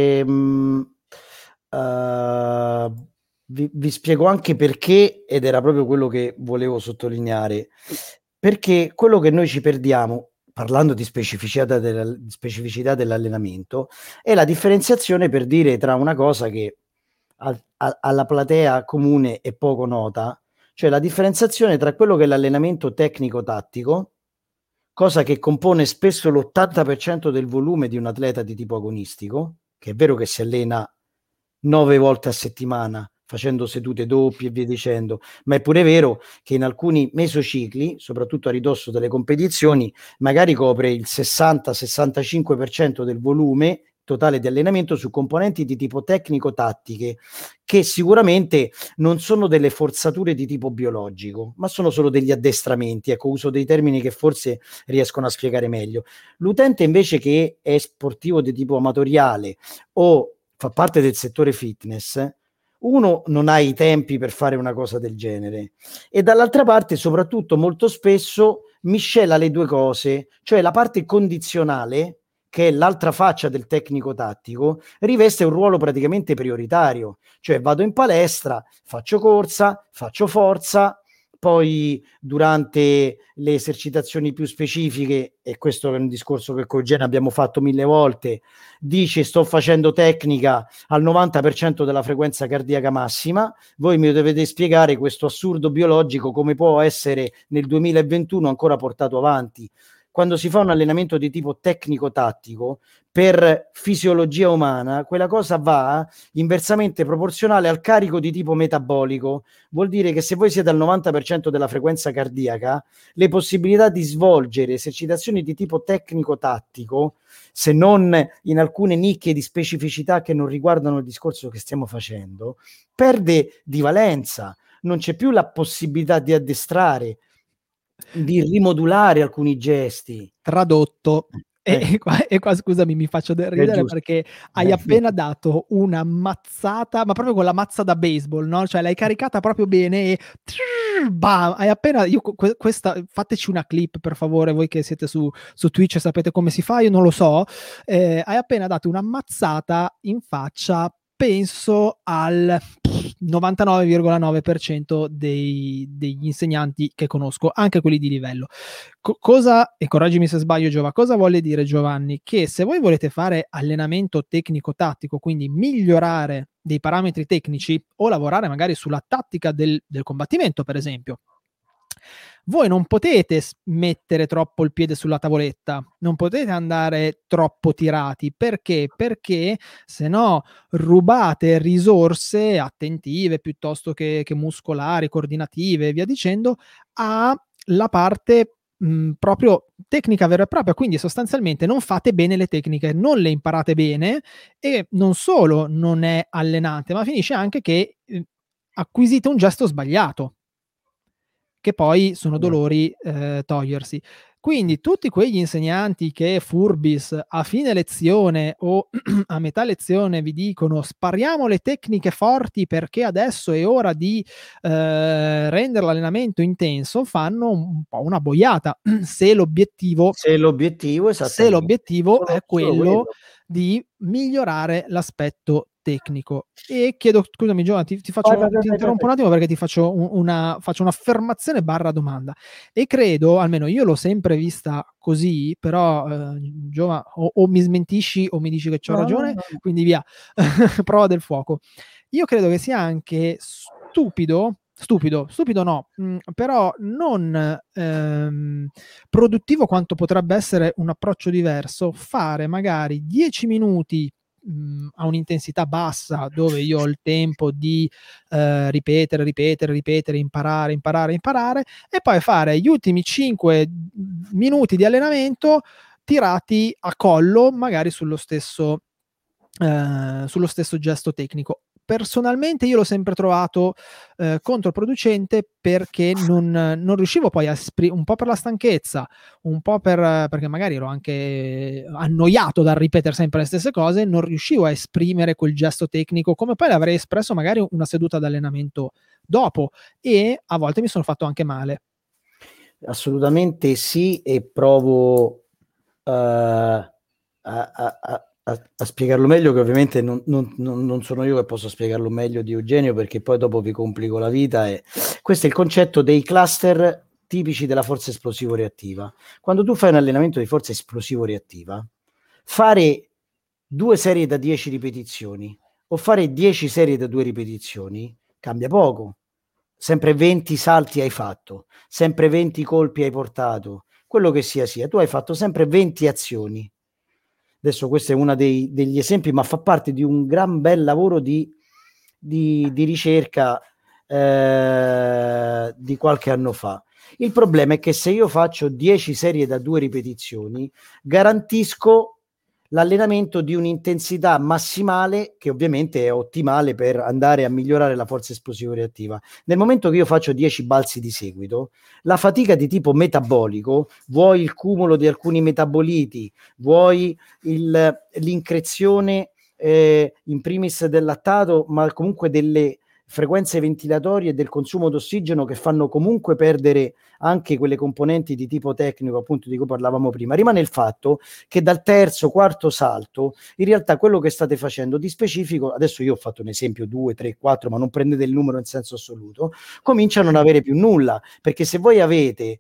vi spiego anche perché, ed era proprio quello che volevo sottolineare, perché quello che noi ci perdiamo, parlando di specificità dell'allenamento, è la differenziazione, per dire, tra una cosa che alla platea comune è poco nota, cioè la differenziazione tra quello che è l'allenamento tecnico-tattico, cosa che compone spesso l'80% del volume di un atleta di tipo agonistico, che è vero che si allena 9 volte a settimana facendo sedute doppie e via dicendo, ma è pure vero che in alcuni mesocicli, soprattutto a ridosso delle competizioni, magari copre il 60-65% del volume totale di allenamento su componenti di tipo tecnico-tattiche, che sicuramente non sono delle forzature di tipo biologico, ma sono solo degli addestramenti. Ecco, uso dei termini che forse riescono a spiegare meglio. L'utente invece che è sportivo di tipo amatoriale o fa parte del settore fitness, uno non ha i tempi per fare una cosa del genere, e dall'altra parte soprattutto molto spesso miscela le due cose, cioè la parte condizionale, che è l'altra faccia del tecnico tattico, riveste un ruolo praticamente prioritario, cioè vado in palestra, faccio corsa, faccio forza, poi durante le esercitazioni più specifiche, e questo è un discorso che con Eugenio abbiamo fatto 1000 volte, dice sto facendo tecnica al 90% della frequenza cardiaca massima. Voi mi dovete spiegare questo assurdo biologico come può essere nel 2021 ancora portato avanti. Quando si fa un allenamento di tipo tecnico-tattico, per fisiologia umana, quella cosa va inversamente proporzionale al carico di tipo metabolico. Vuol dire che se voi siete al 90% della frequenza cardiaca, le possibilità di svolgere esercitazioni di tipo tecnico-tattico, se non in alcune nicchie di specificità che non riguardano il discorso che stiamo facendo, perde di valenza. Non c'è più la possibilità di addestrare, di rimodulare alcuni gesti. Tradotto. E qua scusami, mi faccio È ridere giusto. perché hai appena dato una mazzata, ma proprio con la mazza da baseball, no, cioè l'hai caricata proprio bene e bam, hai appena io questa, fateci una clip per favore, voi che siete su Twitch e sapete come si fa, io non lo so, hai appena dato una mazzata in faccia, penso al 99,9% degli insegnanti che conosco, anche quelli di livello. Cosa, e correggimi se sbaglio Giova, cosa vuole dire Giovanni? Che se voi volete fare allenamento tecnico-tattico, quindi migliorare dei parametri tecnici o lavorare magari sulla tattica del combattimento, per esempio, voi non potete mettere troppo il piede sulla tavoletta, non potete andare troppo tirati. Perché? Perché se no rubate risorse attentive piuttosto che muscolari, coordinative e via dicendo, alla parte proprio tecnica vera e propria. Quindi sostanzialmente non fate bene le tecniche, non le imparate bene, e non solo non è allenante, ma finisce anche che acquisite un gesto sbagliato, che poi sono dolori togliersi. Quindi tutti quegli insegnanti che furbis a fine lezione o a metà lezione vi dicono spariamo le tecniche forti perché adesso è ora di rendere l'allenamento intenso, fanno un po' una boiata se l'obiettivo se Esattamente, l'obiettivo è solo quello quello. di migliorare l'aspetto tecnico. E chiedo, scusami Giovanni, Vai, vai, vai, ti vai, interrompo vai. un attimo perché ti faccio faccio un'affermazione barra domanda. E credo, almeno io l'ho sempre vista così, però Giova, o mi smentisci o mi dici che c'ho No, no, ragione, no. quindi via, prova del fuoco. Io credo che sia anche stupido no, però non produttivo quanto potrebbe essere un approccio diverso, fare magari 10 minuti a un'intensità bassa, dove io ho il tempo di ripetere, imparare, e poi fare gli ultimi 5 minuti di allenamento tirati a collo, magari sullo stesso sullo stesso gesto tecnico. Personalmente io l'ho sempre trovato controproducente, perché non riuscivo poi un po' per la stanchezza, un po' perché magari ero anche annoiato dal ripetere sempre le stesse cose, non riuscivo a esprimere quel gesto tecnico come poi l'avrei espresso magari una seduta d'allenamento dopo, e a volte mi sono fatto anche male. Assolutamente sì, e provo a spiegarlo meglio, che ovviamente non sono io che posso spiegarlo meglio di Eugenio, perché poi dopo vi complico la vita. E questo è il concetto dei cluster tipici della forza esplosivo-reattiva. Quando tu fai un allenamento di forza esplosivo-reattiva, fare 2 serie da 10 ripetizioni o fare 10 serie da 2 ripetizioni cambia poco. Sempre 20 salti hai fatto, sempre 20 colpi hai portato, quello che sia, tu hai fatto sempre 20 azioni. Adesso questo è uno degli esempi, ma fa parte di un gran bel lavoro di ricerca di qualche anno fa. Il problema è che se io faccio 10 serie da 2 ripetizioni, garantisco l'allenamento di un'intensità massimale che ovviamente è ottimale per andare a migliorare la forza esplosiva reattiva. Nel momento che io faccio 10 balzi di seguito, la fatica di tipo metabolico, vuoi il cumulo di alcuni metaboliti, vuoi l'increzione in primis del lattato, ma comunque delle frequenze ventilatorie e del consumo d'ossigeno che fanno comunque perdere anche quelle componenti di tipo tecnico, appunto, di cui parlavamo prima. Rimane il fatto che dal terzo, quarto salto, in realtà quello che state facendo di specifico, adesso io ho fatto un esempio 2, 3, 4, ma non prendete il numero in senso assoluto, comincia a non avere più nulla, perché se voi avete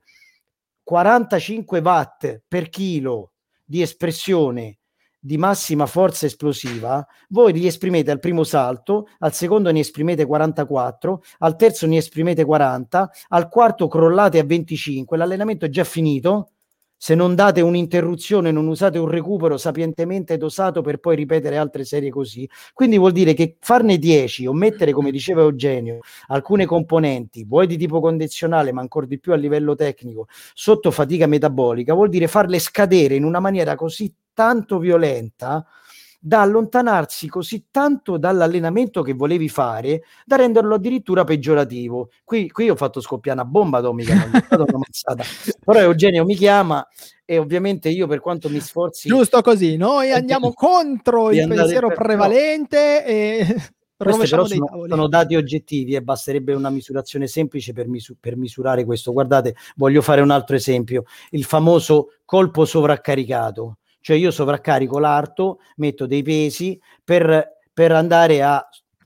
45 watt per chilo di espressione di massima forza esplosiva, voi li esprimete al primo salto, al secondo ne esprimete 44, al terzo ne esprimete 40, al quarto crollate a 25, l'allenamento è già finito. Se non date un'interruzione, non usate un recupero sapientemente dosato per poi ripetere altre serie così. Quindi vuol dire che farne 10 o mettere, come diceva Eugenio, alcune componenti, vuoi di tipo condizionale, ma ancora di più a livello tecnico, sotto fatica metabolica, vuol dire farle scadere in una maniera così tanto violenta da allontanarsi così tanto dall'allenamento che volevi fare da renderlo addirittura peggiorativo. Qui ho fatto scoppiare una bomba atomica, non è stata una mazzata. Però Eugenio mi chiama e ovviamente io, per quanto mi sforzi, Giusto così, noi andiamo contro il pensiero prevalente e rovesciamo dei tavoli. Sono dati oggettivi e basterebbe una misurazione semplice per misurare questo. Guardate, voglio fare un altro esempio, il famoso colpo sovraccaricato. Cioè io sovraccarico l'arto, metto dei pesi per andare a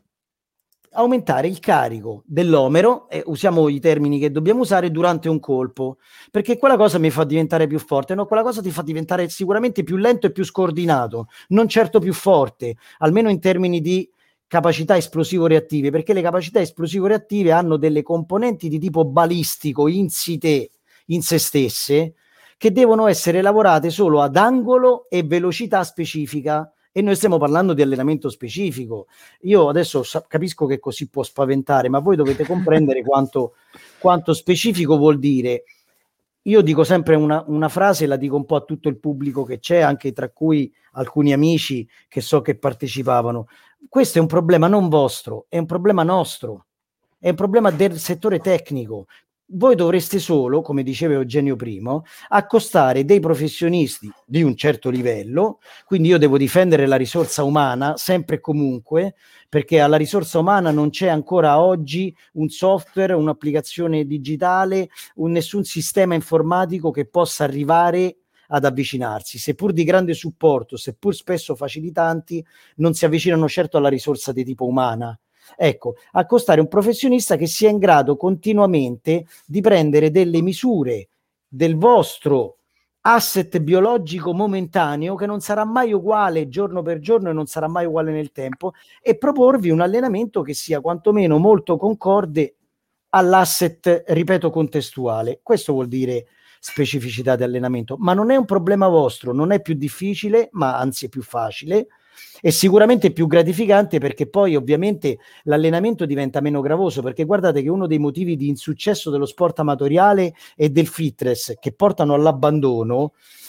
aumentare il carico dell'omero, e usiamo i termini che dobbiamo usare durante un colpo, perché quella cosa mi fa diventare più forte, no? Quella cosa ti fa diventare sicuramente più lento e più scordinato, non certo più forte, almeno in termini di capacità esplosivo-reattive, perché le capacità esplosivo-reattive hanno delle componenti di tipo balistico insite in se stesse, che devono essere lavorate solo ad angolo e velocità specifica, e noi stiamo parlando di allenamento specifico. Io adesso capisco che così può spaventare, ma voi dovete comprendere quanto specifico vuol dire. Io dico sempre una frase, la dico un po' a tutto il pubblico che c'è, anche tra cui alcuni amici che so che partecipavano. Questo è un problema non vostro, è un problema nostro, è un problema del settore tecnico. Voi dovreste solo, come diceva Eugenio prima, accostare dei professionisti di un certo livello, quindi io devo difendere la risorsa umana sempre e comunque, perché alla risorsa umana non c'è ancora oggi un software, un'applicazione digitale, nessun sistema informatico che possa arrivare ad avvicinarsi, seppur di grande supporto, seppur spesso facilitanti, non si avvicinano certo alla risorsa di tipo umana. Ecco, accostare un professionista che sia in grado continuamente di prendere delle misure del vostro asset biologico momentaneo, che non sarà mai uguale giorno per giorno e non sarà mai uguale nel tempo, e proporvi un allenamento che sia quantomeno molto concorde all'asset, ripeto, contestuale. Questo vuol dire specificità di allenamento, ma non è un problema vostro, non è più difficile, ma anzi è più facile e sicuramente più gratificante, perché poi ovviamente l'allenamento diventa meno gravoso, perché guardate che uno dei motivi di insuccesso dello sport amatoriale e del fitness che portano all'abbandono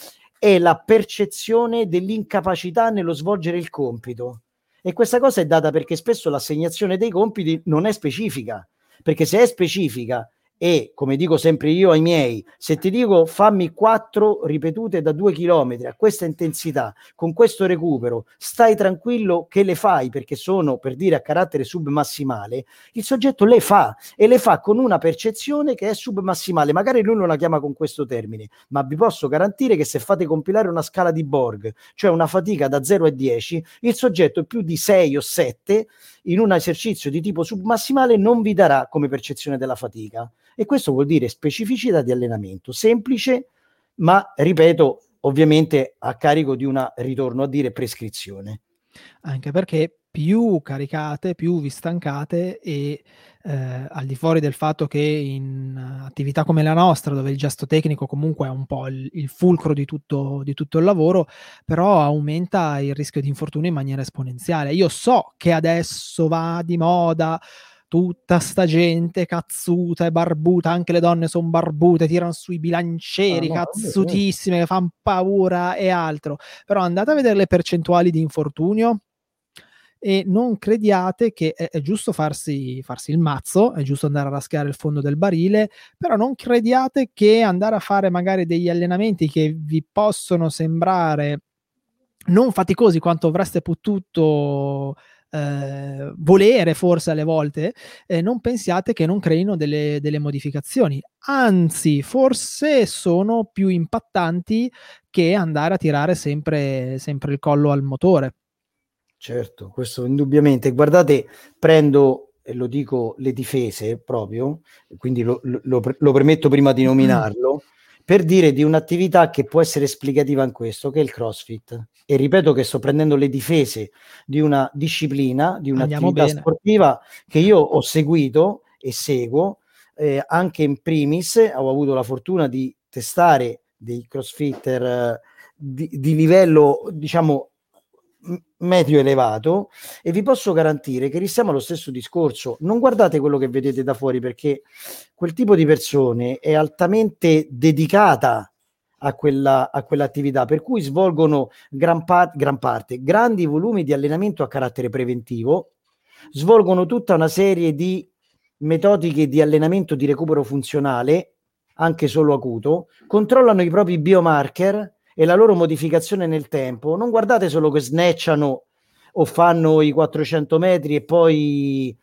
è la percezione dell'incapacità nello svolgere il compito. E questa cosa è data perché spesso l'assegnazione dei compiti non è specifica, perché se è specifica e, come dico sempre io ai miei, se ti dico fammi 4 ripetute da 2 chilometri a questa intensità, con questo recupero, stai tranquillo che le fai, perché sono, per dire, a carattere submassimale, il soggetto le fa, e le fa con una percezione che è submassimale. Magari lui non la chiama con questo termine, ma vi posso garantire che se fate compilare una scala di Borg, cioè una fatica da 0 a 10, il soggetto più di 6 o 7 in un esercizio di tipo submassimale non vi darà come percezione della fatica. E questo vuol dire specificità di allenamento, semplice, ma ripeto, ovviamente a carico di una, ritorno a dire, prescrizione. Anche perché più caricate, più vi stancate e al di fuori del fatto che in attività come la nostra, dove il gesto tecnico comunque è un po' il fulcro di tutto il lavoro, però aumenta il rischio di infortunio in maniera esponenziale. Io so che adesso va di moda tutta sta gente cazzuta e barbuta, anche le donne sono barbute, tirano sui bilancieri cazzutissime che fanno paura e altro, però andate a vedere le percentuali di infortunio e non crediate che è giusto farsi il mazzo, è giusto andare a raschiare il fondo del barile, però non crediate che andare a fare magari degli allenamenti che vi possono sembrare non faticosi quanto avreste potuto volere forse alle volte, non pensiate che non creino delle modificazioni, anzi forse sono più impattanti che andare a tirare sempre il collo al motore. Certo, questo indubbiamente. Guardate, prendo, e lo dico, le difese proprio, quindi lo premetto prima di nominarlo, per dire di un'attività che può essere esplicativa in questo, che è il CrossFit. E ripeto che sto prendendo le difese di una disciplina, di un'attività sportiva che io ho seguito e seguo, anche in primis ho avuto la fortuna di testare dei crossfitter di livello, diciamo, medio elevato, e vi posso garantire che restiamo allo stesso discorso. Non guardate quello che vedete da fuori, perché quel tipo di persone è altamente dedicata a quell'attività, per cui svolgono grandi volumi di allenamento a carattere preventivo, svolgono tutta una serie di metodiche di allenamento di recupero funzionale, anche solo acuto, controllano i propri biomarker e la loro modificazione nel tempo. Non guardate solo che snatchano o fanno i 400 metri e poi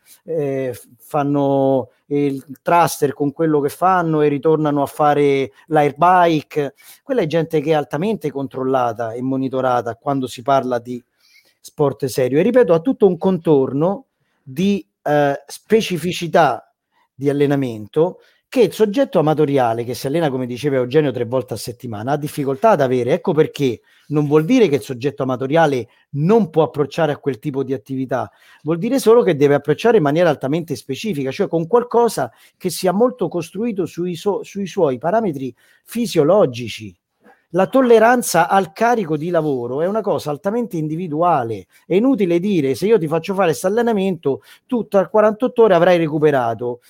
fanno il thruster con quello che fanno e ritornano a fare l'air bike. Quella è gente che è altamente controllata e monitorata quando si parla di sport serio, e ripeto, ha tutto un contorno di specificità di allenamento che il soggetto amatoriale che si allena, come diceva Eugenio, 3 volte a settimana ha difficoltà ad avere. Ecco perché non vuol dire che il soggetto amatoriale non può approcciare a quel tipo di attività, vuol dire solo che deve approcciare in maniera altamente specifica, cioè con qualcosa che sia molto costruito sui suoi parametri fisiologici. La tolleranza al carico di lavoro è una cosa altamente individuale. È inutile dire: se io ti faccio fare questo allenamento, tu tra 48 ore avrai recuperato.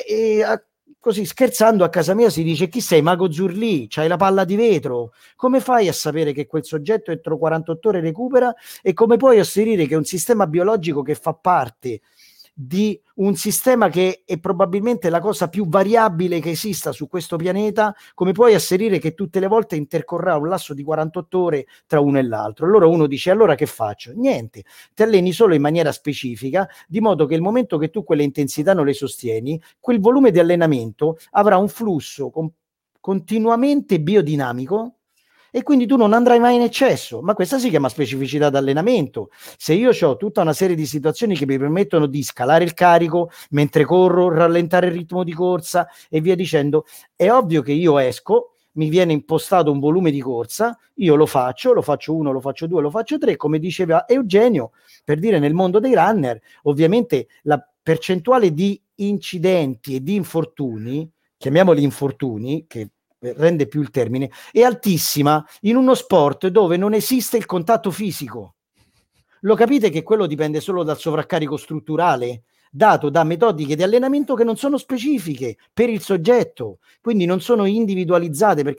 Così scherzando a casa mia si dice: chi sei, Mago Zurlì? C'hai la palla di vetro? Come fai a sapere che quel soggetto entro 48 ore recupera? E come puoi asserire che un sistema biologico che fa parte di un sistema che è probabilmente la cosa più variabile che esista su questo pianeta, come puoi asserire che tutte le volte intercorrerà un lasso di 48 ore tra uno e l'altro? Allora uno dice: allora che faccio? Niente, ti alleni solo in maniera specifica, di modo che il momento che tu quelle intensità non le sostieni, quel volume di allenamento avrà un flusso continuamente biodinamico, e quindi tu non andrai mai in eccesso. Ma questa si chiama specificità d'allenamento. Se io ho tutta una serie di situazioni che mi permettono di scalare il carico mentre corro, rallentare il ritmo di corsa e via dicendo, è ovvio che io esco, mi viene impostato un volume di corsa, io lo faccio 1, lo faccio 2, lo faccio 3, come diceva Eugenio, per dire, nel mondo dei runner, ovviamente la percentuale di incidenti e di infortuni, chiamiamoli infortuni, che rende più il termine, è altissima in uno sport dove non esiste il contatto fisico. Lo capite che quello dipende solo dal sovraccarico strutturale dato da metodiche di allenamento che non sono specifiche per il soggetto, quindi non sono individualizzate, perché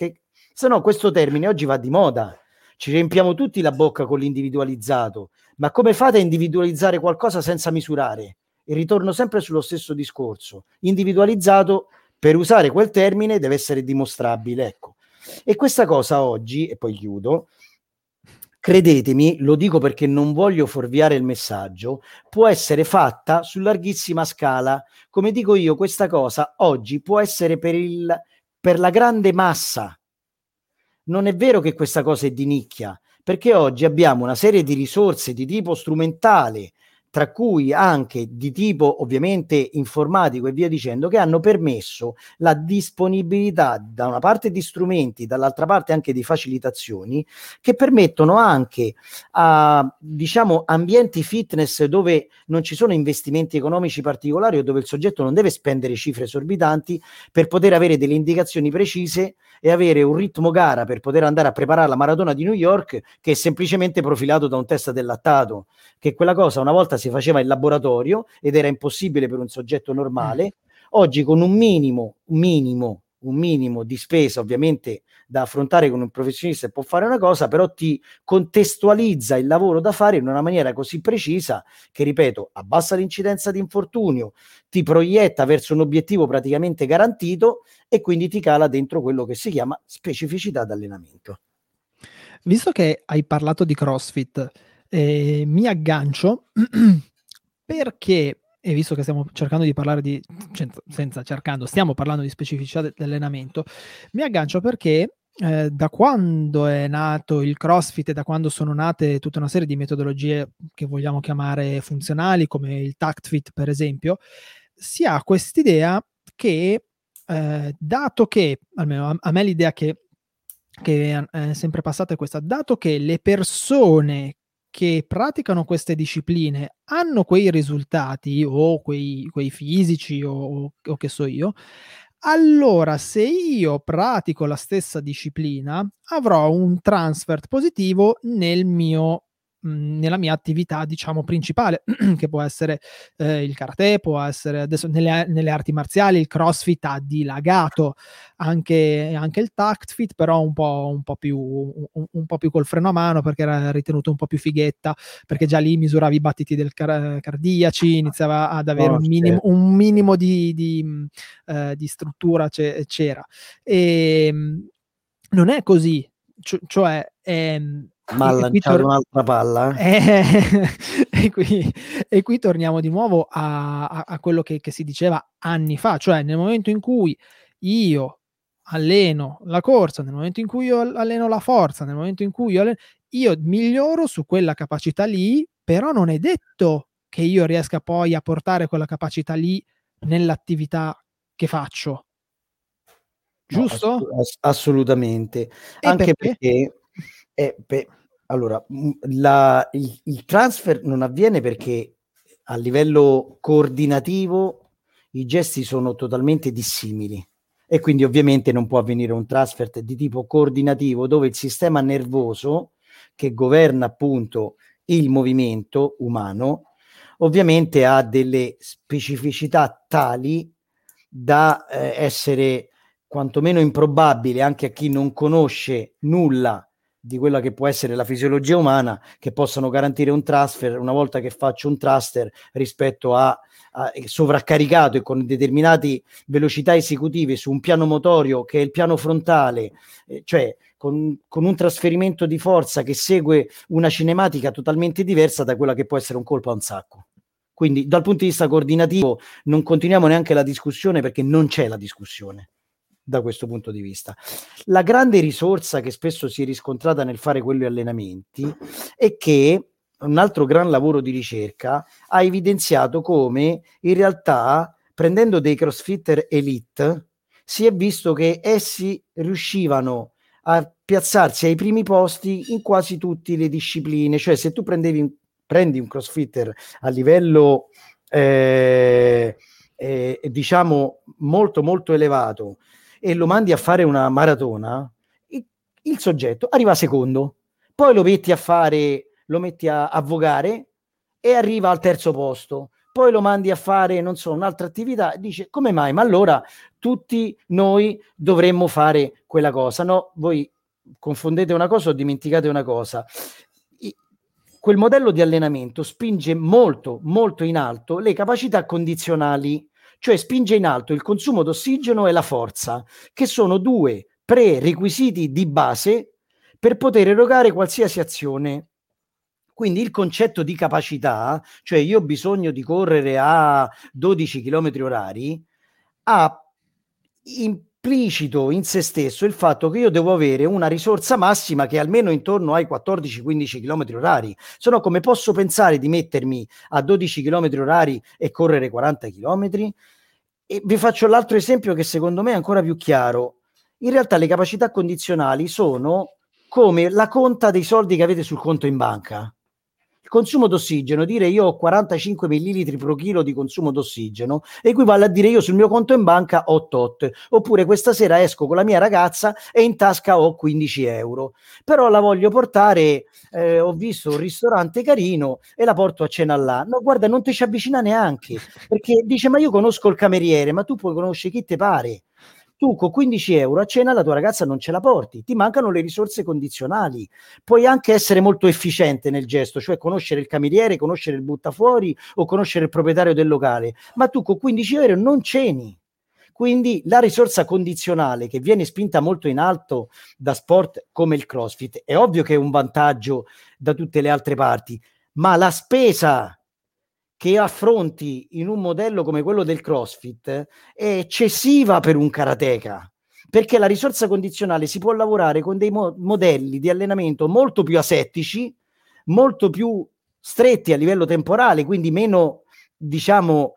Se no questo termine oggi va di moda, ci riempiamo tutti la bocca con l'individualizzato, ma come fate a individualizzare qualcosa senza misurare? E ritorno sempre sullo stesso discorso, individualizzato, per usare quel termine deve essere dimostrabile, ecco. E questa cosa oggi, e poi chiudo, credetemi, lo dico perché non voglio fuorviare il messaggio, può essere fatta su larghissima scala. Come dico io, questa cosa oggi può essere per la grande massa. Non è vero che questa cosa è di nicchia, perché oggi abbiamo una serie di risorse di tipo strumentale, tra cui anche di tipo ovviamente informatico e via dicendo, che hanno permesso la disponibilità da una parte di strumenti, dall'altra parte anche di facilitazioni, che permettono anche a, diciamo, ambienti fitness dove non ci sono investimenti economici particolari o dove il soggetto non deve spendere cifre esorbitanti per poter avere delle indicazioni precise e avere un ritmo gara per poter andare a preparare la maratona di New York, che è semplicemente profilato da un test del lattato, che quella cosa una volta si faceva in laboratorio ed era impossibile per un soggetto normale. Oggi con un minimo di spesa ovviamente da affrontare con un professionista può fare una cosa, però ti contestualizza il lavoro da fare in una maniera così precisa che, ripeto, abbassa l'incidenza di infortunio, ti proietta verso un obiettivo praticamente garantito e quindi ti cala dentro quello che si chiama specificità d'allenamento. Visto che hai parlato di CrossFit, mi aggancio perché, e visto che stiamo cercando di parlare di, stiamo parlando di specificità dell'allenamento, mi aggancio perché da quando è nato il CrossFit e da quando sono nate tutta una serie di metodologie che vogliamo chiamare funzionali, come il TactFit per esempio, si ha quest'idea che, dato che, almeno a me l'idea che è sempre passata è questa, dato che le persone che praticano queste discipline hanno quei risultati o quei fisici o che so io, allora se io pratico la stessa disciplina avrò un transfer positivo nella mia attività, diciamo, principale, che può essere il karate, può essere adesso nelle arti marziali, il CrossFit ha dilagato, anche il TactFit, però un po' più col freno a mano, perché era ritenuto un po' più fighetta, perché già lì misuravi i battiti cardiaci, iniziava ad avere un minimo di struttura c'era. Non è così, cioè Ma ha lanciato un'altra palla? E qui torniamo di nuovo a quello che si diceva anni fa, cioè nel momento in cui io alleno la corsa, nel momento in cui io alleno la forza, nel momento in cui io miglioro su quella capacità lì, però non è detto che io riesca poi a portare quella capacità lì nell'attività che faccio. Giusto? No, assolutamente. E Anche perché? perché allora, il transfer non avviene perché a livello coordinativo i gesti sono totalmente dissimili e quindi ovviamente non può avvenire un transfer di tipo coordinativo dove il sistema nervoso che governa appunto il movimento umano ovviamente ha delle specificità tali da essere quantomeno improbabile anche a chi non conosce nulla di quella che può essere la fisiologia umana, che possano garantire un transfer una volta che faccio un thruster rispetto a sovraccaricato e con determinate velocità esecutive su un piano motorio che è il piano frontale, cioè con un trasferimento di forza che segue una cinematica totalmente diversa da quella che può essere un colpo a un sacco. Quindi dal punto di vista coordinativo non continuiamo neanche la discussione perché non c'è la discussione da questo punto di vista. La grande risorsa che spesso si è riscontrata nel fare quegli allenamenti è che un altro gran lavoro di ricerca ha evidenziato come in realtà prendendo dei crossfitter elite si è visto che essi riuscivano a piazzarsi ai primi posti in quasi tutte le discipline, cioè se tu prendi un crossfitter a livello diciamo molto molto elevato e lo mandi a fare una maratona, il soggetto arriva secondo, poi lo metti a vogare e arriva al terzo posto, poi lo mandi a fare, non so, un'altra attività e dice come mai? Ma allora tutti noi dovremmo fare quella cosa. No, voi confondete una cosa o dimenticate una cosa. Quel modello di allenamento spinge molto, molto in alto le capacità condizionali, cioè spinge in alto il consumo d'ossigeno e la forza, che sono due prerequisiti di base per poter erogare qualsiasi azione. Quindi il concetto di capacità, cioè io ho bisogno di correre a 12 km orari, ha implicito in se stesso il fatto che io devo avere una risorsa massima che è almeno intorno ai 14-15 km orari. Se no, come posso pensare di mettermi a 12 km orari e correre 40 km? E vi faccio l'altro esempio che secondo me è ancora più chiaro. In realtà le capacità condizionali sono come la conta dei soldi che avete sul conto in banca. Il consumo d'ossigeno, dire io ho 45 millilitri pro chilo di consumo d'ossigeno, equivale a dire io sul mio conto in banca ho tot, oppure questa sera esco con la mia ragazza e in tasca ho 15 euro, però la voglio portare, ho visto un ristorante carino e la porto a cena là. No, guarda, non ti ci avvicina neanche, perché dice ma io conosco il cameriere, ma tu puoi conoscere chi te pare. Tu con 15 euro a cena la tua ragazza non ce la porti, ti mancano le risorse condizionali. Puoi anche essere molto efficiente nel gesto, cioè conoscere il cameriere, conoscere il buttafuori o conoscere il proprietario del locale, ma tu con 15 euro non ceni. Quindi la risorsa condizionale che viene spinta molto in alto da sport come il CrossFit è ovvio che è un vantaggio da tutte le altre parti, ma la spesa che affronti in un modello come quello del CrossFit è eccessiva per un karateka, perché la risorsa condizionale si può lavorare con dei modelli di allenamento molto più asettici, molto più stretti a livello temporale, quindi meno, diciamo,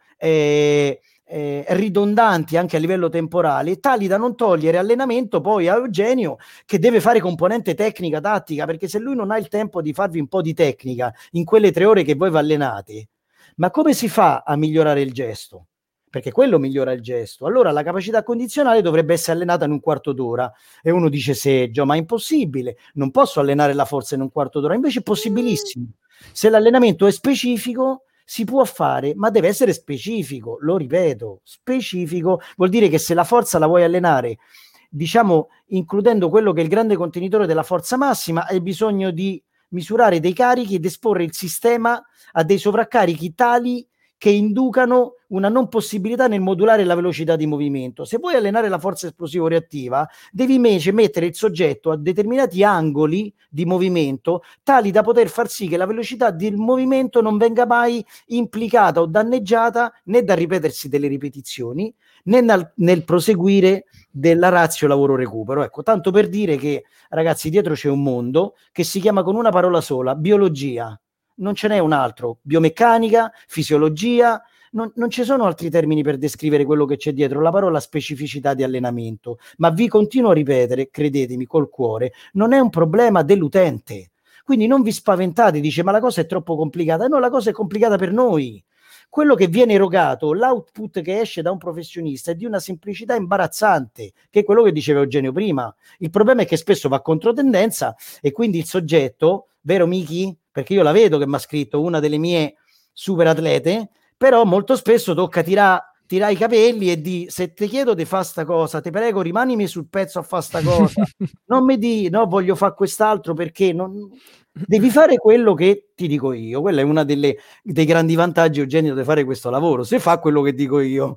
ridondanti anche a livello temporale, tali da non togliere allenamento poi a Eugenio che deve fare componente tecnica tattica, perché se lui non ha il tempo di farvi un po' di tecnica in quelle 3 ore che voi vi allenate, ma come si fa a migliorare il gesto? Perché quello migliora il gesto. Allora la capacità condizionale dovrebbe essere allenata in un quarto d'ora. E uno dice seggio, ma è impossibile. Non posso allenare la forza in un quarto d'ora. Invece è possibilissimo. Se l'allenamento è specifico, si può fare, ma deve essere specifico. Lo ripeto, specifico vuol dire che se la forza la vuoi allenare, diciamo, includendo quello che è il grande contenitore della forza massima, hai bisogno di misurare dei carichi ed esporre il sistema a dei sovraccarichi tali che inducano una non possibilità nel modulare la velocità di movimento. Se vuoi allenare la forza esplosivo-reattiva, devi invece mettere il soggetto a determinati angoli di movimento tali da poter far sì che la velocità del movimento non venga mai implicata o danneggiata né dal ripetersi delle ripetizioni né nel proseguire della ratio lavoro-recupero. Ecco, tanto per dire che, ragazzi, dietro c'è un mondo che si chiama con una parola sola, biologia. Non ce n'è un altro, biomeccanica, fisiologia, non ci sono altri termini per descrivere quello che c'è dietro la parola specificità di allenamento, ma vi continuo a ripetere, credetemi col cuore, non è un problema dell'utente, quindi non vi spaventate, dice ma la cosa è troppo complicata, no, la cosa è complicata per noi. Quello che viene erogato, l'output che esce da un professionista è di una semplicità imbarazzante, che è quello che diceva Eugenio prima. Il problema è che spesso va contro tendenza e quindi il soggetto, vero Miki? Perché io la vedo che mi ha scritto una delle mie super atlete, però molto spesso tocca tirare i capelli e di se ti chiedo di fare sta cosa, ti prego rimanimi sul pezzo a fare sta cosa, non mi di no voglio fare quest'altro perché non... devi fare quello che ti dico io. Quello è uno dei grandi vantaggi, Eugenio, di fare questo lavoro, se fa quello che dico io.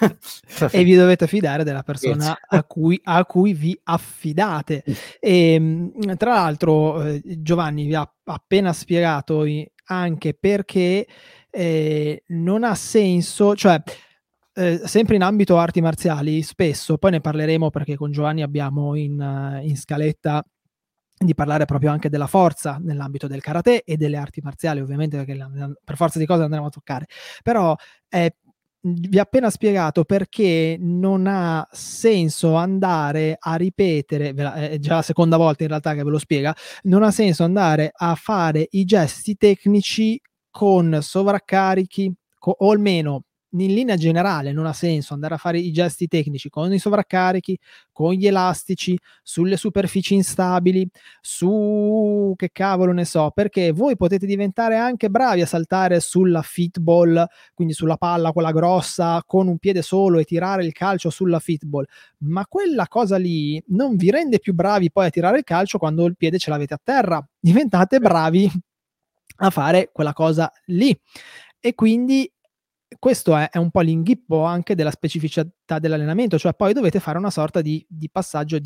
E vi dovete fidare della persona a cui vi affidate. E, tra l'altro Giovanni vi ha appena spiegato anche perché non ha senso, cioè sempre in ambito arti marziali, spesso, poi ne parleremo perché con Giovanni abbiamo in scaletta di parlare proprio anche della forza nell'ambito del karate e delle arti marziali, ovviamente, perché per forza di cose andremo a toccare. Però vi ho appena spiegato perché non ha senso andare a ripetere, è già la seconda volta in realtà che ve lo spiega, non ha senso andare a fare i gesti tecnici con sovraccarichi o almeno in linea generale non ha senso andare a fare i gesti tecnici con i sovraccarichi, con gli elastici, sulle superfici instabili, su che cavolo ne so, perché voi potete diventare anche bravi a saltare sulla fitball, quindi sulla palla quella grossa con un piede solo e tirare il calcio sulla fitball, ma quella cosa lì non vi rende più bravi poi a tirare il calcio quando il piede ce l'avete a terra, diventate bravi a fare quella cosa lì. E quindi questo è un po' l'inghippo anche della specificità dell'allenamento, cioè poi dovete fare una sorta di passaggio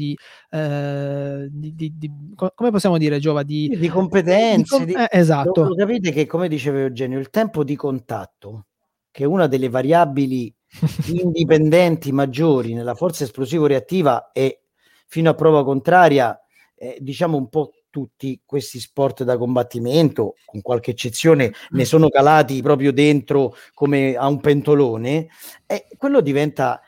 come possiamo dire, Giova? Di competenze. Esatto. Lo capite che, come diceva Eugenio, il tempo di contatto, che è una delle variabili indipendenti maggiori nella forza esplosivo-reattiva e fino a prova contraria, diciamo un po' tutti questi sport da combattimento, con qualche eccezione, ne sono calati proprio dentro come a un pentolone, quello diventa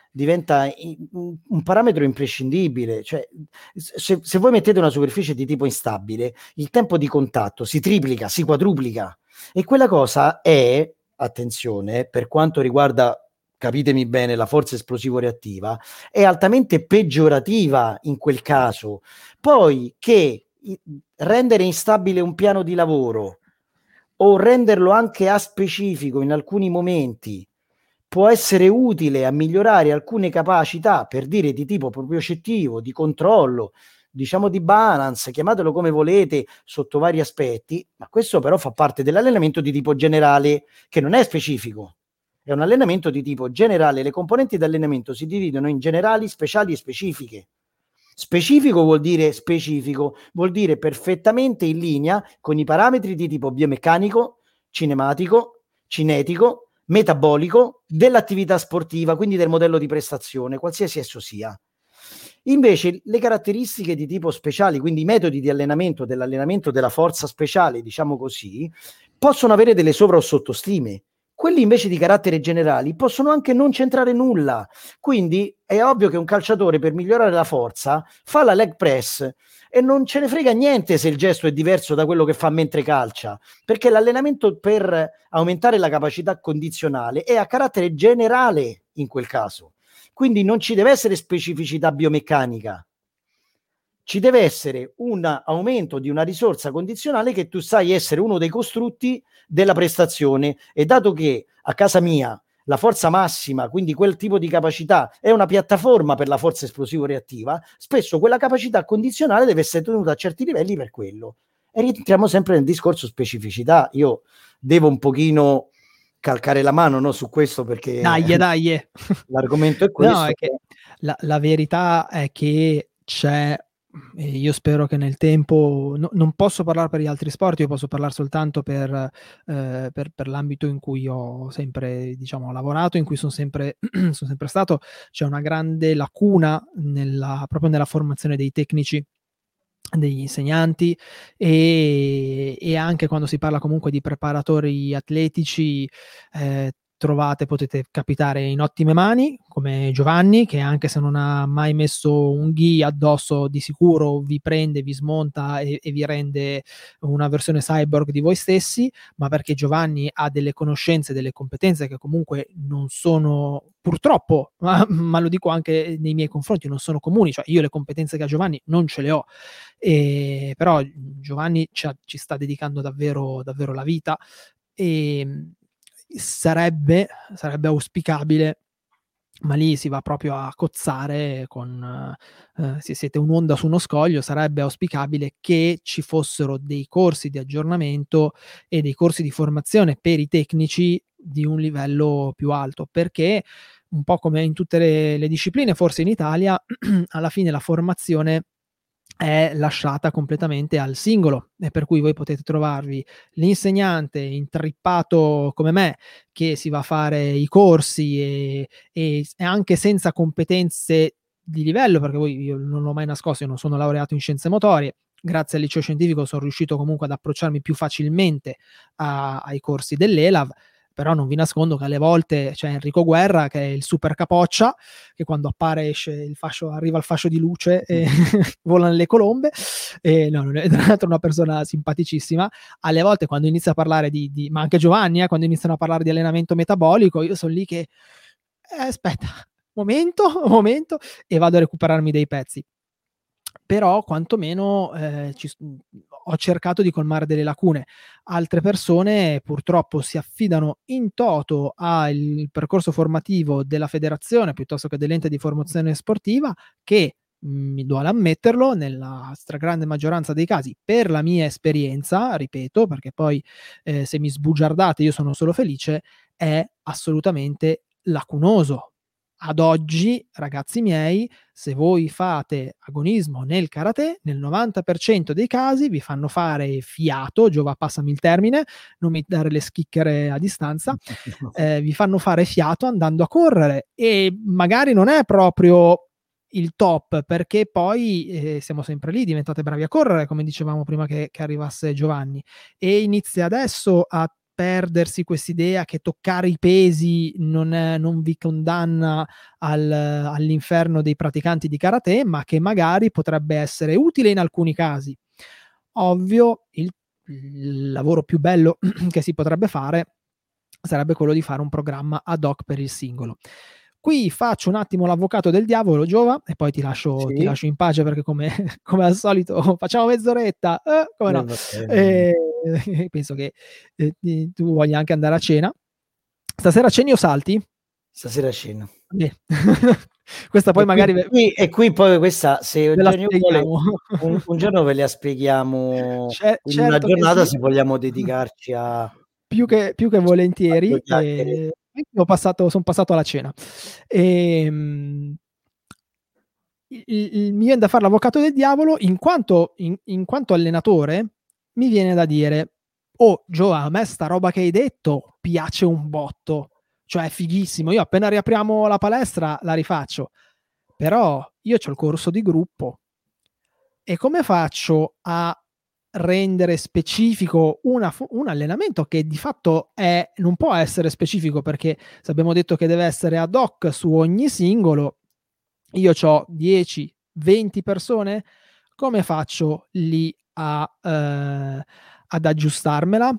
un parametro imprescindibile. Cioè, se voi mettete una superficie di tipo instabile, il tempo di contatto si triplica, si quadruplica, e quella cosa è, attenzione, per quanto riguarda, capitemi bene, la forza esplosivo-reattiva, è altamente peggiorativa in quel caso. Poi che rendere instabile un piano di lavoro o renderlo anche aspecifico in alcuni momenti può essere utile a migliorare alcune capacità, per dire di tipo propriocettivo, di controllo, diciamo di balance, chiamatelo come volete, sotto vari aspetti, ma questo però fa parte dell'allenamento di tipo generale, che non è specifico. È un allenamento di tipo generale. Le componenti d'allenamento si dividono in generali, speciali e specifiche. Specifico vuol dire specifico, vuol dire perfettamente in linea con i parametri di tipo biomeccanico, cinematico, cinetico, metabolico dell'attività sportiva, quindi del modello di prestazione, qualsiasi esso sia. Invece le caratteristiche di tipo speciali, quindi i metodi di allenamento dell'allenamento della forza speciale, diciamo così, possono avere delle sovra o sottostime. Quelli invece di carattere generali possono anche non centrare nulla. Quindi è ovvio che un calciatore, per migliorare la forza, fa la leg press e non ce ne frega niente se il gesto è diverso da quello che fa mentre calcia, perché l'allenamento per aumentare la capacità condizionale è a carattere generale in quel caso. Quindi non ci deve essere specificità biomeccanica. Ci deve essere un aumento di una risorsa condizionale che tu sai essere uno dei costrutti della prestazione, e dato che a casa mia la forza massima, quindi quel tipo di capacità, è una piattaforma per la forza esplosivo-reattiva, spesso quella capacità condizionale deve essere tenuta a certi livelli per quello. E rientriamo sempre nel discorso specificità. Io devo un pochino calcare la mano, no, su questo, perché Dai. l'argomento è questo. No, è che la verità è che c'è, io spero che nel tempo, non posso parlare per gli altri sport, io posso parlare soltanto per l'ambito in cui ho sempre, diciamo, lavorato, in cui sono sempre stato. C'è una grande lacuna proprio nella formazione dei tecnici, degli insegnanti, e anche quando si parla comunque di preparatori atletici, potete capitare in ottime mani come Giovanni, che anche se non ha mai messo un ghi addosso di sicuro vi prende, vi smonta e vi rende una versione cyborg di voi stessi, ma perché Giovanni ha delle conoscenze, delle competenze che comunque non sono, purtroppo, ma lo dico anche nei miei confronti, non sono comuni. Cioè, io le competenze che ha Giovanni non ce le ho, però Giovanni ci sta dedicando davvero, davvero la vita, e sarebbe auspicabile, ma lì si va proprio a cozzare se siete un'onda su uno scoglio, sarebbe auspicabile che ci fossero dei corsi di aggiornamento e dei corsi di formazione per i tecnici di un livello più alto, perché un po' come in tutte le discipline, forse in Italia, alla fine la formazione è lasciata completamente al singolo, e per cui voi potete trovarvi l'insegnante intrippato come me, che si va a fare i corsi e anche senza competenze di livello, perché io non l'ho mai nascosto, io non sono laureato in scienze motorie. Grazie al liceo scientifico sono riuscito comunque ad approcciarmi più facilmente ai corsi dell'ELAV, però non vi nascondo che alle volte c'è Enrico Guerra, che è il super capoccia, che quando appare esce il fascio, arriva il fascio di luce e volano le colombe, e no, non è tra l'altro una persona simpaticissima. Alle volte quando inizia a parlare ma anche Giovanni, quando iniziano a parlare di allenamento metabolico, io sono lì che aspetta, momento, e vado a recuperarmi dei pezzi. Però quantomeno ho cercato di colmare delle lacune. Altre persone purtroppo si affidano in toto al percorso formativo della federazione piuttosto che dell'ente di formazione sportiva, che mi duole ammetterlo, nella stragrande maggioranza dei casi, per la mia esperienza, ripeto, perché poi se mi sbugiardate io sono solo felice, è assolutamente lacunoso. Ad oggi, ragazzi miei, se voi fate agonismo nel karate, nel 90% dei casi vi fanno fare fiato, Giova, passami il termine, non mi dare le schicchere a distanza, vi fanno fare fiato andando a correre, e magari non è proprio il top, perché poi siamo sempre lì, diventate bravi a correre, come dicevamo prima che arrivasse Giovanni, e inizia adesso a perdersi quest'idea che toccare i pesi non vi condanna all'inferno dei praticanti di karate, ma che magari potrebbe essere utile in alcuni casi. Ovvio, il lavoro più bello che si potrebbe fare sarebbe quello di fare un programma ad hoc per il singolo. Qui faccio un attimo l'avvocato del diavolo, Giova, e poi ti lascio in pace, perché come al solito facciamo mezz'oretta, come no? Penso che tu voglia anche andare a cena. Stasera ceni o salti? Stasera ceno. Questa poi magari qui poi questa, se Eugenio vuole, un giorno ve la spieghiamo in una giornata, se vogliamo dedicarci a più che volentieri. Sono passato alla cena. Mi viene da fare l'avvocato del diavolo, in quanto allenatore mi viene da dire: oh Gio, a me sta roba che hai detto piace un botto, cioè è fighissimo, io appena riapriamo la palestra la rifaccio, però io c'ho il corso di gruppo, e come faccio a rendere specifico un allenamento che di fatto non può essere specifico, perché se abbiamo detto che deve essere ad hoc su ogni singolo, io ho 10-20 persone, come faccio lì ad aggiustarmela?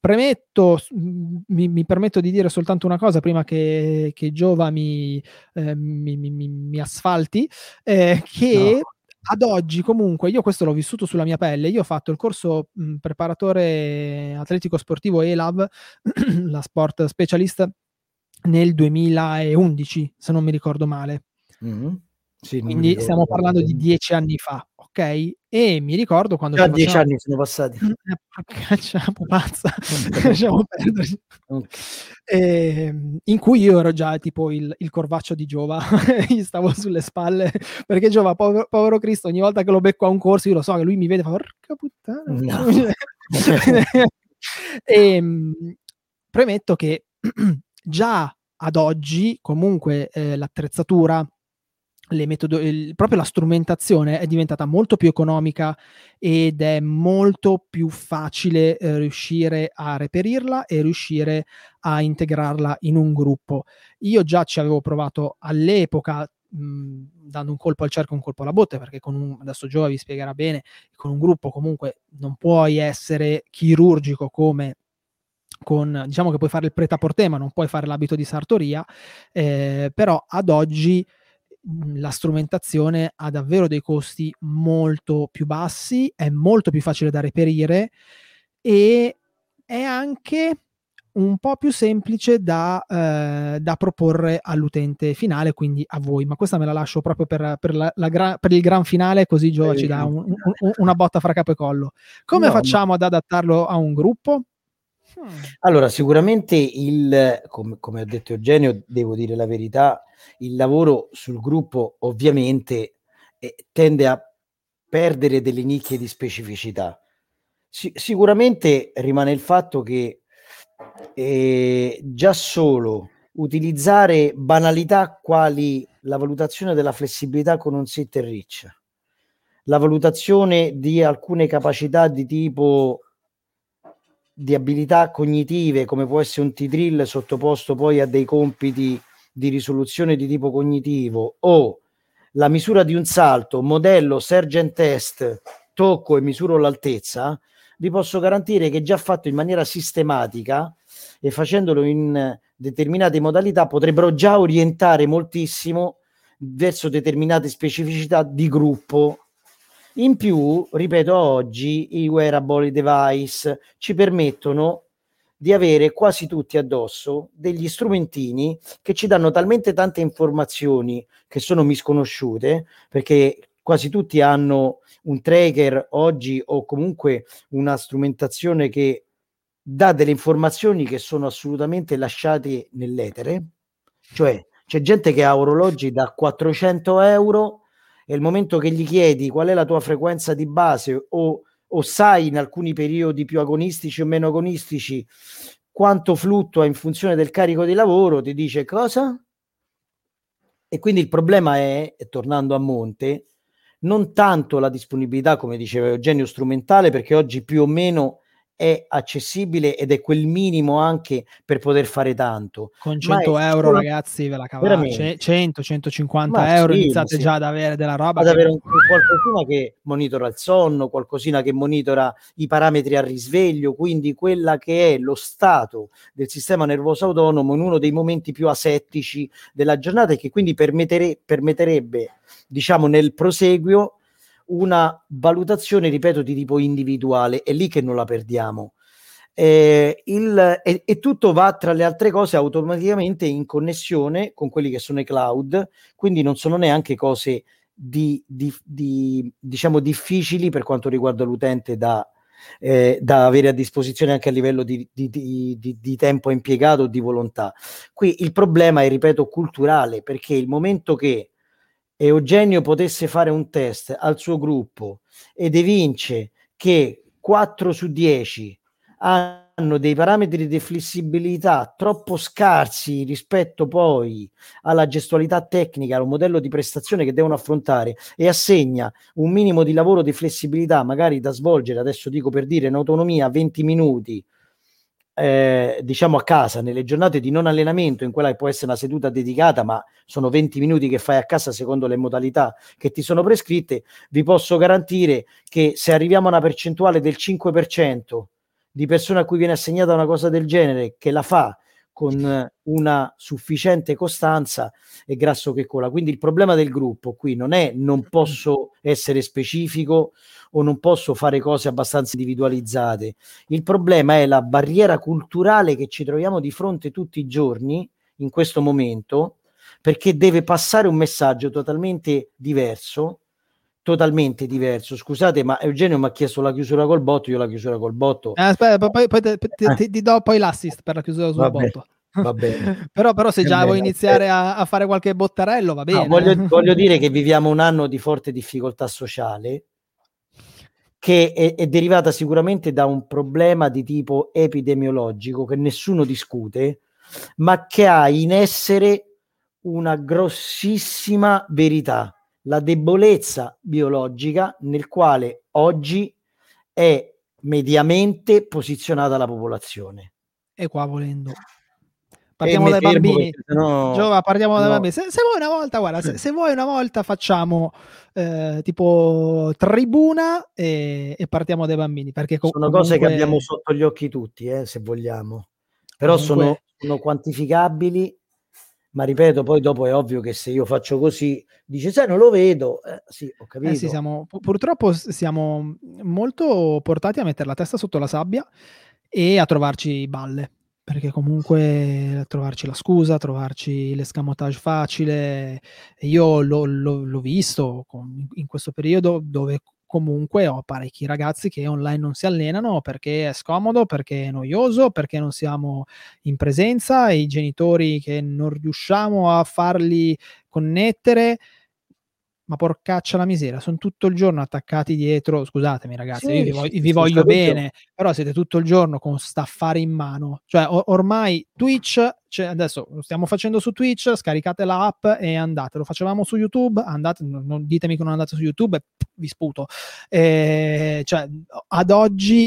Mi permetto di dire soltanto una cosa prima che Giova mi asfalti, che no. Ad oggi comunque, io questo l'ho vissuto sulla mia pelle, io ho fatto il corso preparatore atletico sportivo ELAV, la Sport Specialist, nel 2011, se non mi ricordo male. Mm-hmm. Sì, Quindi stiamo parlando di 10 anni fa, ok? E mi ricordo quando già 10 anni sono passati. Porcaccia pupazza, lasciamo perdere. In cui io ero già tipo il corvaccio di Giova, gli stavo sulle spalle, perché Giova, povero Cristo, ogni volta che lo becco a un corso, io lo so che lui mi vede e fa porca puttana. No. Premetto che già ad oggi comunque l'attrezzatura, proprio la strumentazione è diventata molto più economica, ed è molto più facile riuscire a reperirla e riuscire a integrarla in un gruppo. Io già ci avevo provato all'epoca, dando un colpo al cerco e un colpo alla botte, perché adesso Giova vi spiegherà bene, con un gruppo comunque non puoi essere chirurgico come diciamo che puoi fare il prêt-à-porter, ma non puoi fare l'abito di sartoria, però ad oggi la strumentazione ha davvero dei costi molto più bassi, è molto più facile da reperire, e è anche un po' più semplice da proporre all'utente finale, quindi a voi. Ma questa me la lascio proprio per il gran finale, così Gio ci dà una botta fra capo e collo. Come facciamo ad adattarlo a un gruppo? Allora, sicuramente come ha detto Eugenio, devo dire la verità, il lavoro sul gruppo ovviamente tende a perdere delle nicchie di specificità. Sicuramente rimane il fatto che già solo utilizzare banalità quali la valutazione della flessibilità con un sit and reach, la valutazione di alcune capacità di tipo di abilità cognitive, come può essere un T-drill sottoposto poi a dei compiti di risoluzione di tipo cognitivo, o la misura di un salto, modello Sergeant Test, tocco e misuro l'altezza, vi posso garantire che già fatto in maniera sistematica e facendolo in determinate modalità potrebbero già orientare moltissimo verso determinate specificità di gruppo. In più, ripeto, oggi i wearable device ci permettono di avere quasi tutti addosso degli strumentini che ci danno talmente tante informazioni che sono misconosciute, perché quasi tutti hanno un tracker oggi o comunque una strumentazione che dà delle informazioni che sono assolutamente lasciate nell'etere. Cioè c'è gente che ha orologi da 400 euro e il momento che gli chiedi qual è la tua frequenza di base o sai in alcuni periodi più agonistici o meno agonistici quanto fluttua in funzione del carico di lavoro, ti dice cosa? E quindi il problema è, tornando a monte, non tanto la disponibilità, come diceva Eugenio, strumentale, perché oggi più o meno è accessibile ed è quel minimo anche per poter fare tanto. Con Ma 100 è euro, solo ragazzi, ve la cavate. veramente. 100, Ma 150 euro, sì, ma iniziate sì. già ad avere della roba Ad che... avere un qualcosina che monitora il sonno, qualcosina che monitora i parametri a risveglio, quindi quella che è lo stato del sistema nervoso autonomo in uno dei momenti più asettici della giornata e che quindi permetterebbe, diciamo, nel proseguio una valutazione, ripeto, di tipo individuale. È lì che non la perdiamo. E tutto va, tra le altre cose, automaticamente in connessione con quelli che sono i cloud, quindi non sono neanche cose diciamo difficili per quanto riguarda l'utente da avere a disposizione anche a livello di tempo impiegato, di volontà. Qui il problema è, ripeto, culturale, perché il momento che Eugenio potesse fare un test al suo gruppo ed evince che 4 su 10 hanno dei parametri di flessibilità troppo scarsi rispetto poi alla gestualità tecnica, al modello di prestazione che devono affrontare, e assegna un minimo di lavoro di flessibilità magari da svolgere, adesso dico per dire in autonomia 20 minuti, diciamo a casa, nelle giornate di non allenamento in quella che può essere una seduta dedicata, ma sono 20 minuti che fai a casa secondo le modalità che ti sono prescritte, vi posso garantire che se arriviamo a una percentuale del 5% di persone a cui viene assegnata una cosa del genere che la fa con una sufficiente costanza, è grasso che cola. Quindi il problema del gruppo qui non è non posso essere specifico o non posso fare cose abbastanza individualizzate. Il problema è la barriera culturale che ci troviamo di fronte tutti i giorni in questo momento, perché deve passare un messaggio totalmente diverso. Scusate, ma Eugenio mi ha chiesto la chiusura col botto, io la chiusura col botto. Aspetta, poi ti do poi l'assist per la chiusura sul Va bene, botto. va bene. però se Va già vuoi bene, iniziare a fare qualche bottarello, va no, bene. voglio dire che viviamo un anno di forte difficoltà sociale che è derivata sicuramente da un problema di tipo epidemiologico che nessuno discute, ma che ha in essere una grossissima verità, la debolezza biologica nel quale oggi è mediamente posizionata la popolazione. E qua volendo. E Partiamo mi dai fermo bambini. perché sennò, Giova, partiamo dai sennò... bambini. Se vuoi una volta, guarda, se vuoi una volta facciamo tipo tribuna e partiamo dai bambini, perché Sono cose che abbiamo comunque... sotto gli occhi tutti, se vogliamo. Però Comunque sono quantificabili, ma ripeto, poi dopo è ovvio che se io faccio così, dice, sai, non lo vedo. Sì, ho sì, capito. purtroppo siamo molto portati a mettere la testa sotto la sabbia e a trovarci balle, perché comunque trovarci la scusa, trovarci l'escamotage facile. Io l'ho visto in questo periodo dove comunque ho parecchi ragazzi che online non si allenano perché è scomodo, perché è noioso, perché non siamo in presenza, e i genitori che non riusciamo a farli connettere. Ma porcaccia la misera, son tutto il giorno attaccati dietro, scusatemi ragazzi, io Sì, sì, vi sì, voglio peggio. bene, però siete tutto il giorno con st'affare in mano. Cioè ormai Twitch, cioè adesso lo stiamo facendo su Twitch, scaricate l'app e andate. Lo facevamo su YouTube, andate, non ditemi che non andate su YouTube e vi sputo. Cioè ad oggi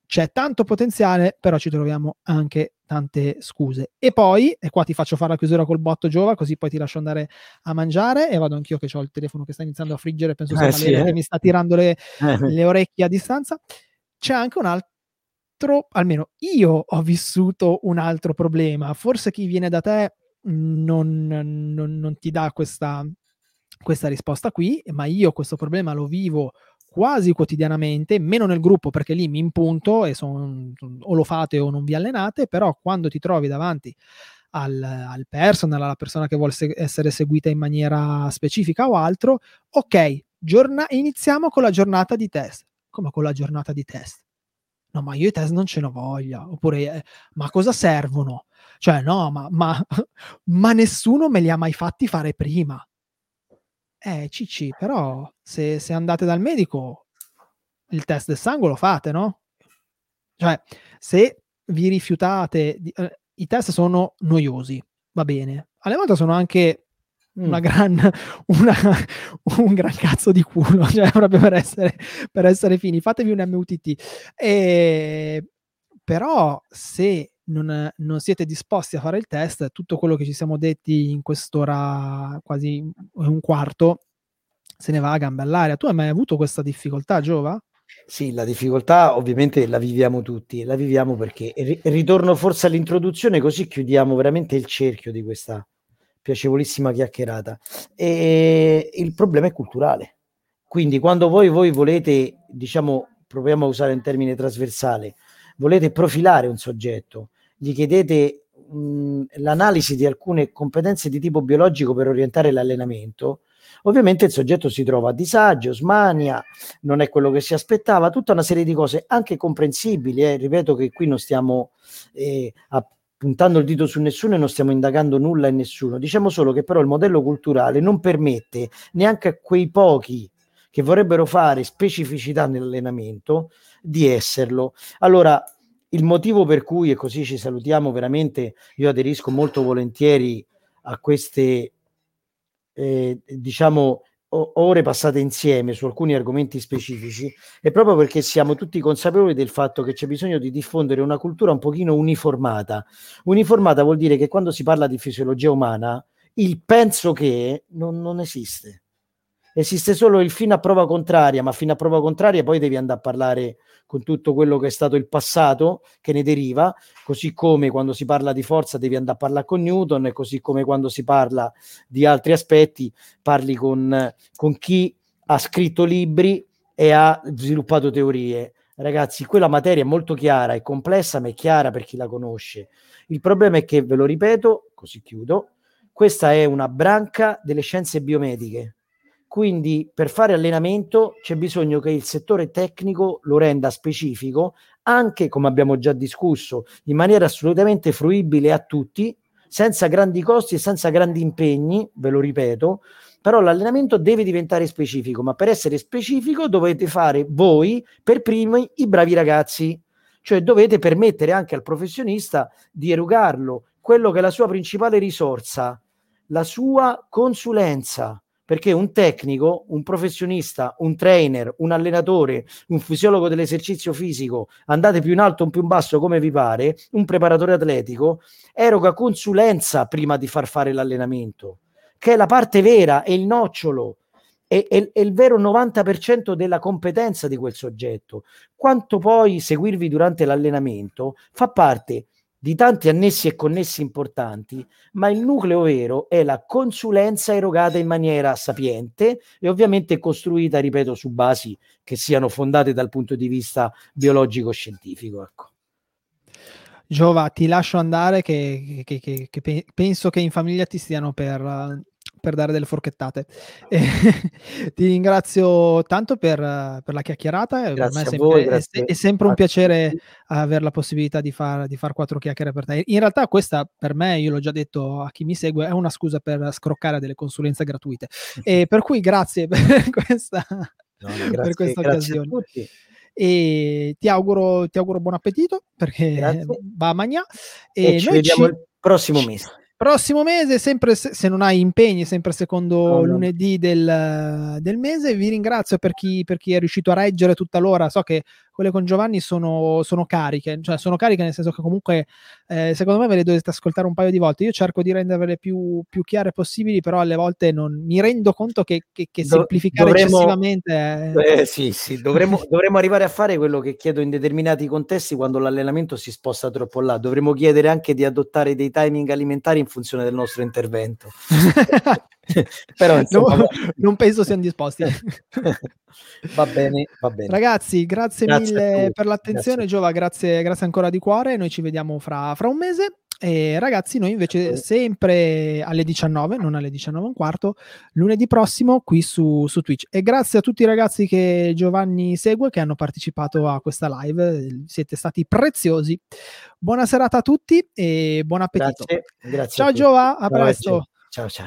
c'è tanto potenziale, però ci troviamo anche tante scuse. E poi, e qua ti faccio fare la chiusura col botto, Giova, così poi ti lascio andare a mangiare e vado anch'io che ho il telefono che sta iniziando a friggere, penso sia Valeria che mi sta tirando le orecchie a distanza. C'è anche un altro, almeno io ho vissuto un altro problema, forse chi viene da te non ti dà questa risposta qui, ma io questo problema lo vivo quasi quotidianamente, meno nel gruppo perché lì mi impunto e o lo fate o non vi allenate, però quando ti trovi davanti al personal, alla persona che vuole essere seguita in maniera specifica o altro, ok, iniziamo con la giornata di test. Come con la giornata di test? No, ma io i test non ce ne voglia. Oppure, ma cosa servono? Cioè, no, ma nessuno me li ha mai fatti fare prima. Cicci, però se andate dal medico il test del sangue lo fate, no? Cioè, se vi rifiutate, i test sono noiosi, va bene. Alle volte sono anche un gran cazzo di culo, cioè proprio per essere fini. Fatevi un MUTT. Però se non siete disposti a fare il test, tutto quello che ci siamo detti in quest'ora, quasi un quarto, se ne va a gambe all'aria. Tu hai mai avuto questa difficoltà, Giova? Sì, la difficoltà ovviamente la viviamo tutti, la viviamo perché ritorno forse all'introduzione, così chiudiamo veramente il cerchio di questa piacevolissima chiacchierata. E il problema è culturale. Quindi quando voi volete, diciamo, proviamo a usare un termine trasversale, volete profilare un soggetto, gli chiedete l'analisi di alcune competenze di tipo biologico per orientare l'allenamento, ovviamente il soggetto si trova a disagio, smania, non è quello che si aspettava, tutta una serie di cose anche comprensibili. Ripeto che qui non stiamo puntando il dito su nessuno e non stiamo indagando nulla in nessuno. Diciamo solo che però il modello culturale non permette neanche a quei pochi che vorrebbero fare specificità nell'allenamento di esserlo. Allora, il motivo per cui, e così ci salutiamo, veramente io aderisco molto volentieri a queste diciamo ore passate insieme su alcuni argomenti specifici, è proprio perché siamo tutti consapevoli del fatto che c'è bisogno di diffondere una cultura un pochino uniformata. Uniformata vuol dire che quando si parla di fisiologia umana il penso che non esiste. Esiste solo il fino a prova contraria, ma fino a prova contraria poi devi andare a parlare con tutto quello che è stato il passato che ne deriva, così come quando si parla di forza devi andare a parlare con Newton, e così come quando si parla di altri aspetti parli con chi ha scritto libri e ha sviluppato teorie. Ragazzi, quella materia è molto chiara, è complessa, ma è chiara per chi la conosce. Il problema è che, ve lo ripeto, così chiudo, questa è una branca delle scienze biomediche. Quindi per fare allenamento c'è bisogno che il settore tecnico lo renda specifico, anche, come abbiamo già discusso, in maniera assolutamente fruibile a tutti, senza grandi costi e senza grandi impegni, ve lo ripeto, però l'allenamento deve diventare specifico, ma per essere specifico dovete fare voi per primi i bravi ragazzi, cioè dovete permettere anche al professionista di erogarlo, quello che è la sua principale risorsa, la sua consulenza. Perché un tecnico, un professionista, un trainer, un allenatore, un fisiologo dell'esercizio fisico, andate più in alto o più in basso come vi pare, un preparatore atletico, eroga consulenza prima di far fare l'allenamento, che è la parte vera, è il nocciolo, è il vero 90% della competenza di quel soggetto. Quanto poi seguirvi durante l'allenamento fa parte di tanti annessi e connessi importanti, ma il nucleo vero è la consulenza erogata in maniera sapiente e ovviamente costruita, ripeto, su basi che siano fondate dal punto di vista biologico-scientifico. Ecco. Giova, ti lascio andare che penso che in famiglia ti stiano per dare delle forchettate. Ti ringrazio tanto per la chiacchierata. Grazie per me a voi, grazie è sempre un piacere avere la possibilità di far quattro chiacchiere per te. In realtà questa per me, io l'ho già detto a chi mi segue, è una scusa per scroccare delle consulenze gratuite. E per cui grazie per questa, per questa occasione. A tutti. E ti auguro buon appetito perché Grazie. va a mangiare e noi ci vediamo il prossimo mese. Prossimo mese, sempre se non hai impegni, sempre secondo lunedì del mese. Vi ringrazio per chi è riuscito a reggere tutta l'ora. So che quelle con Giovanni sono cariche, cioè sono cariche nel senso che comunque secondo me ve le dovete ascoltare un paio di volte. Io cerco di rendervele più chiare possibili, però alle volte non mi rendo conto che semplificare eccessivamente sì, dovremmo arrivare a fare quello che chiedo in determinati contesti quando l'allenamento si sposta troppo là. Dovremmo chiedere anche di adottare dei timing alimentari in funzione del nostro intervento. Però insomma, non penso siano disposti. Va bene. Ragazzi, grazie mille per l'attenzione. Giova, grazie ancora di cuore. Noi ci vediamo fra un mese. E ragazzi, noi invece sempre alle 19, non alle 19:15, lunedì prossimo qui su Twitch. E grazie a tutti i ragazzi che Giovanni segue, che hanno partecipato a questa live. Siete stati preziosi. Buona serata a tutti e buon appetito. Grazie. Ciao Giova, a presto. Ciao.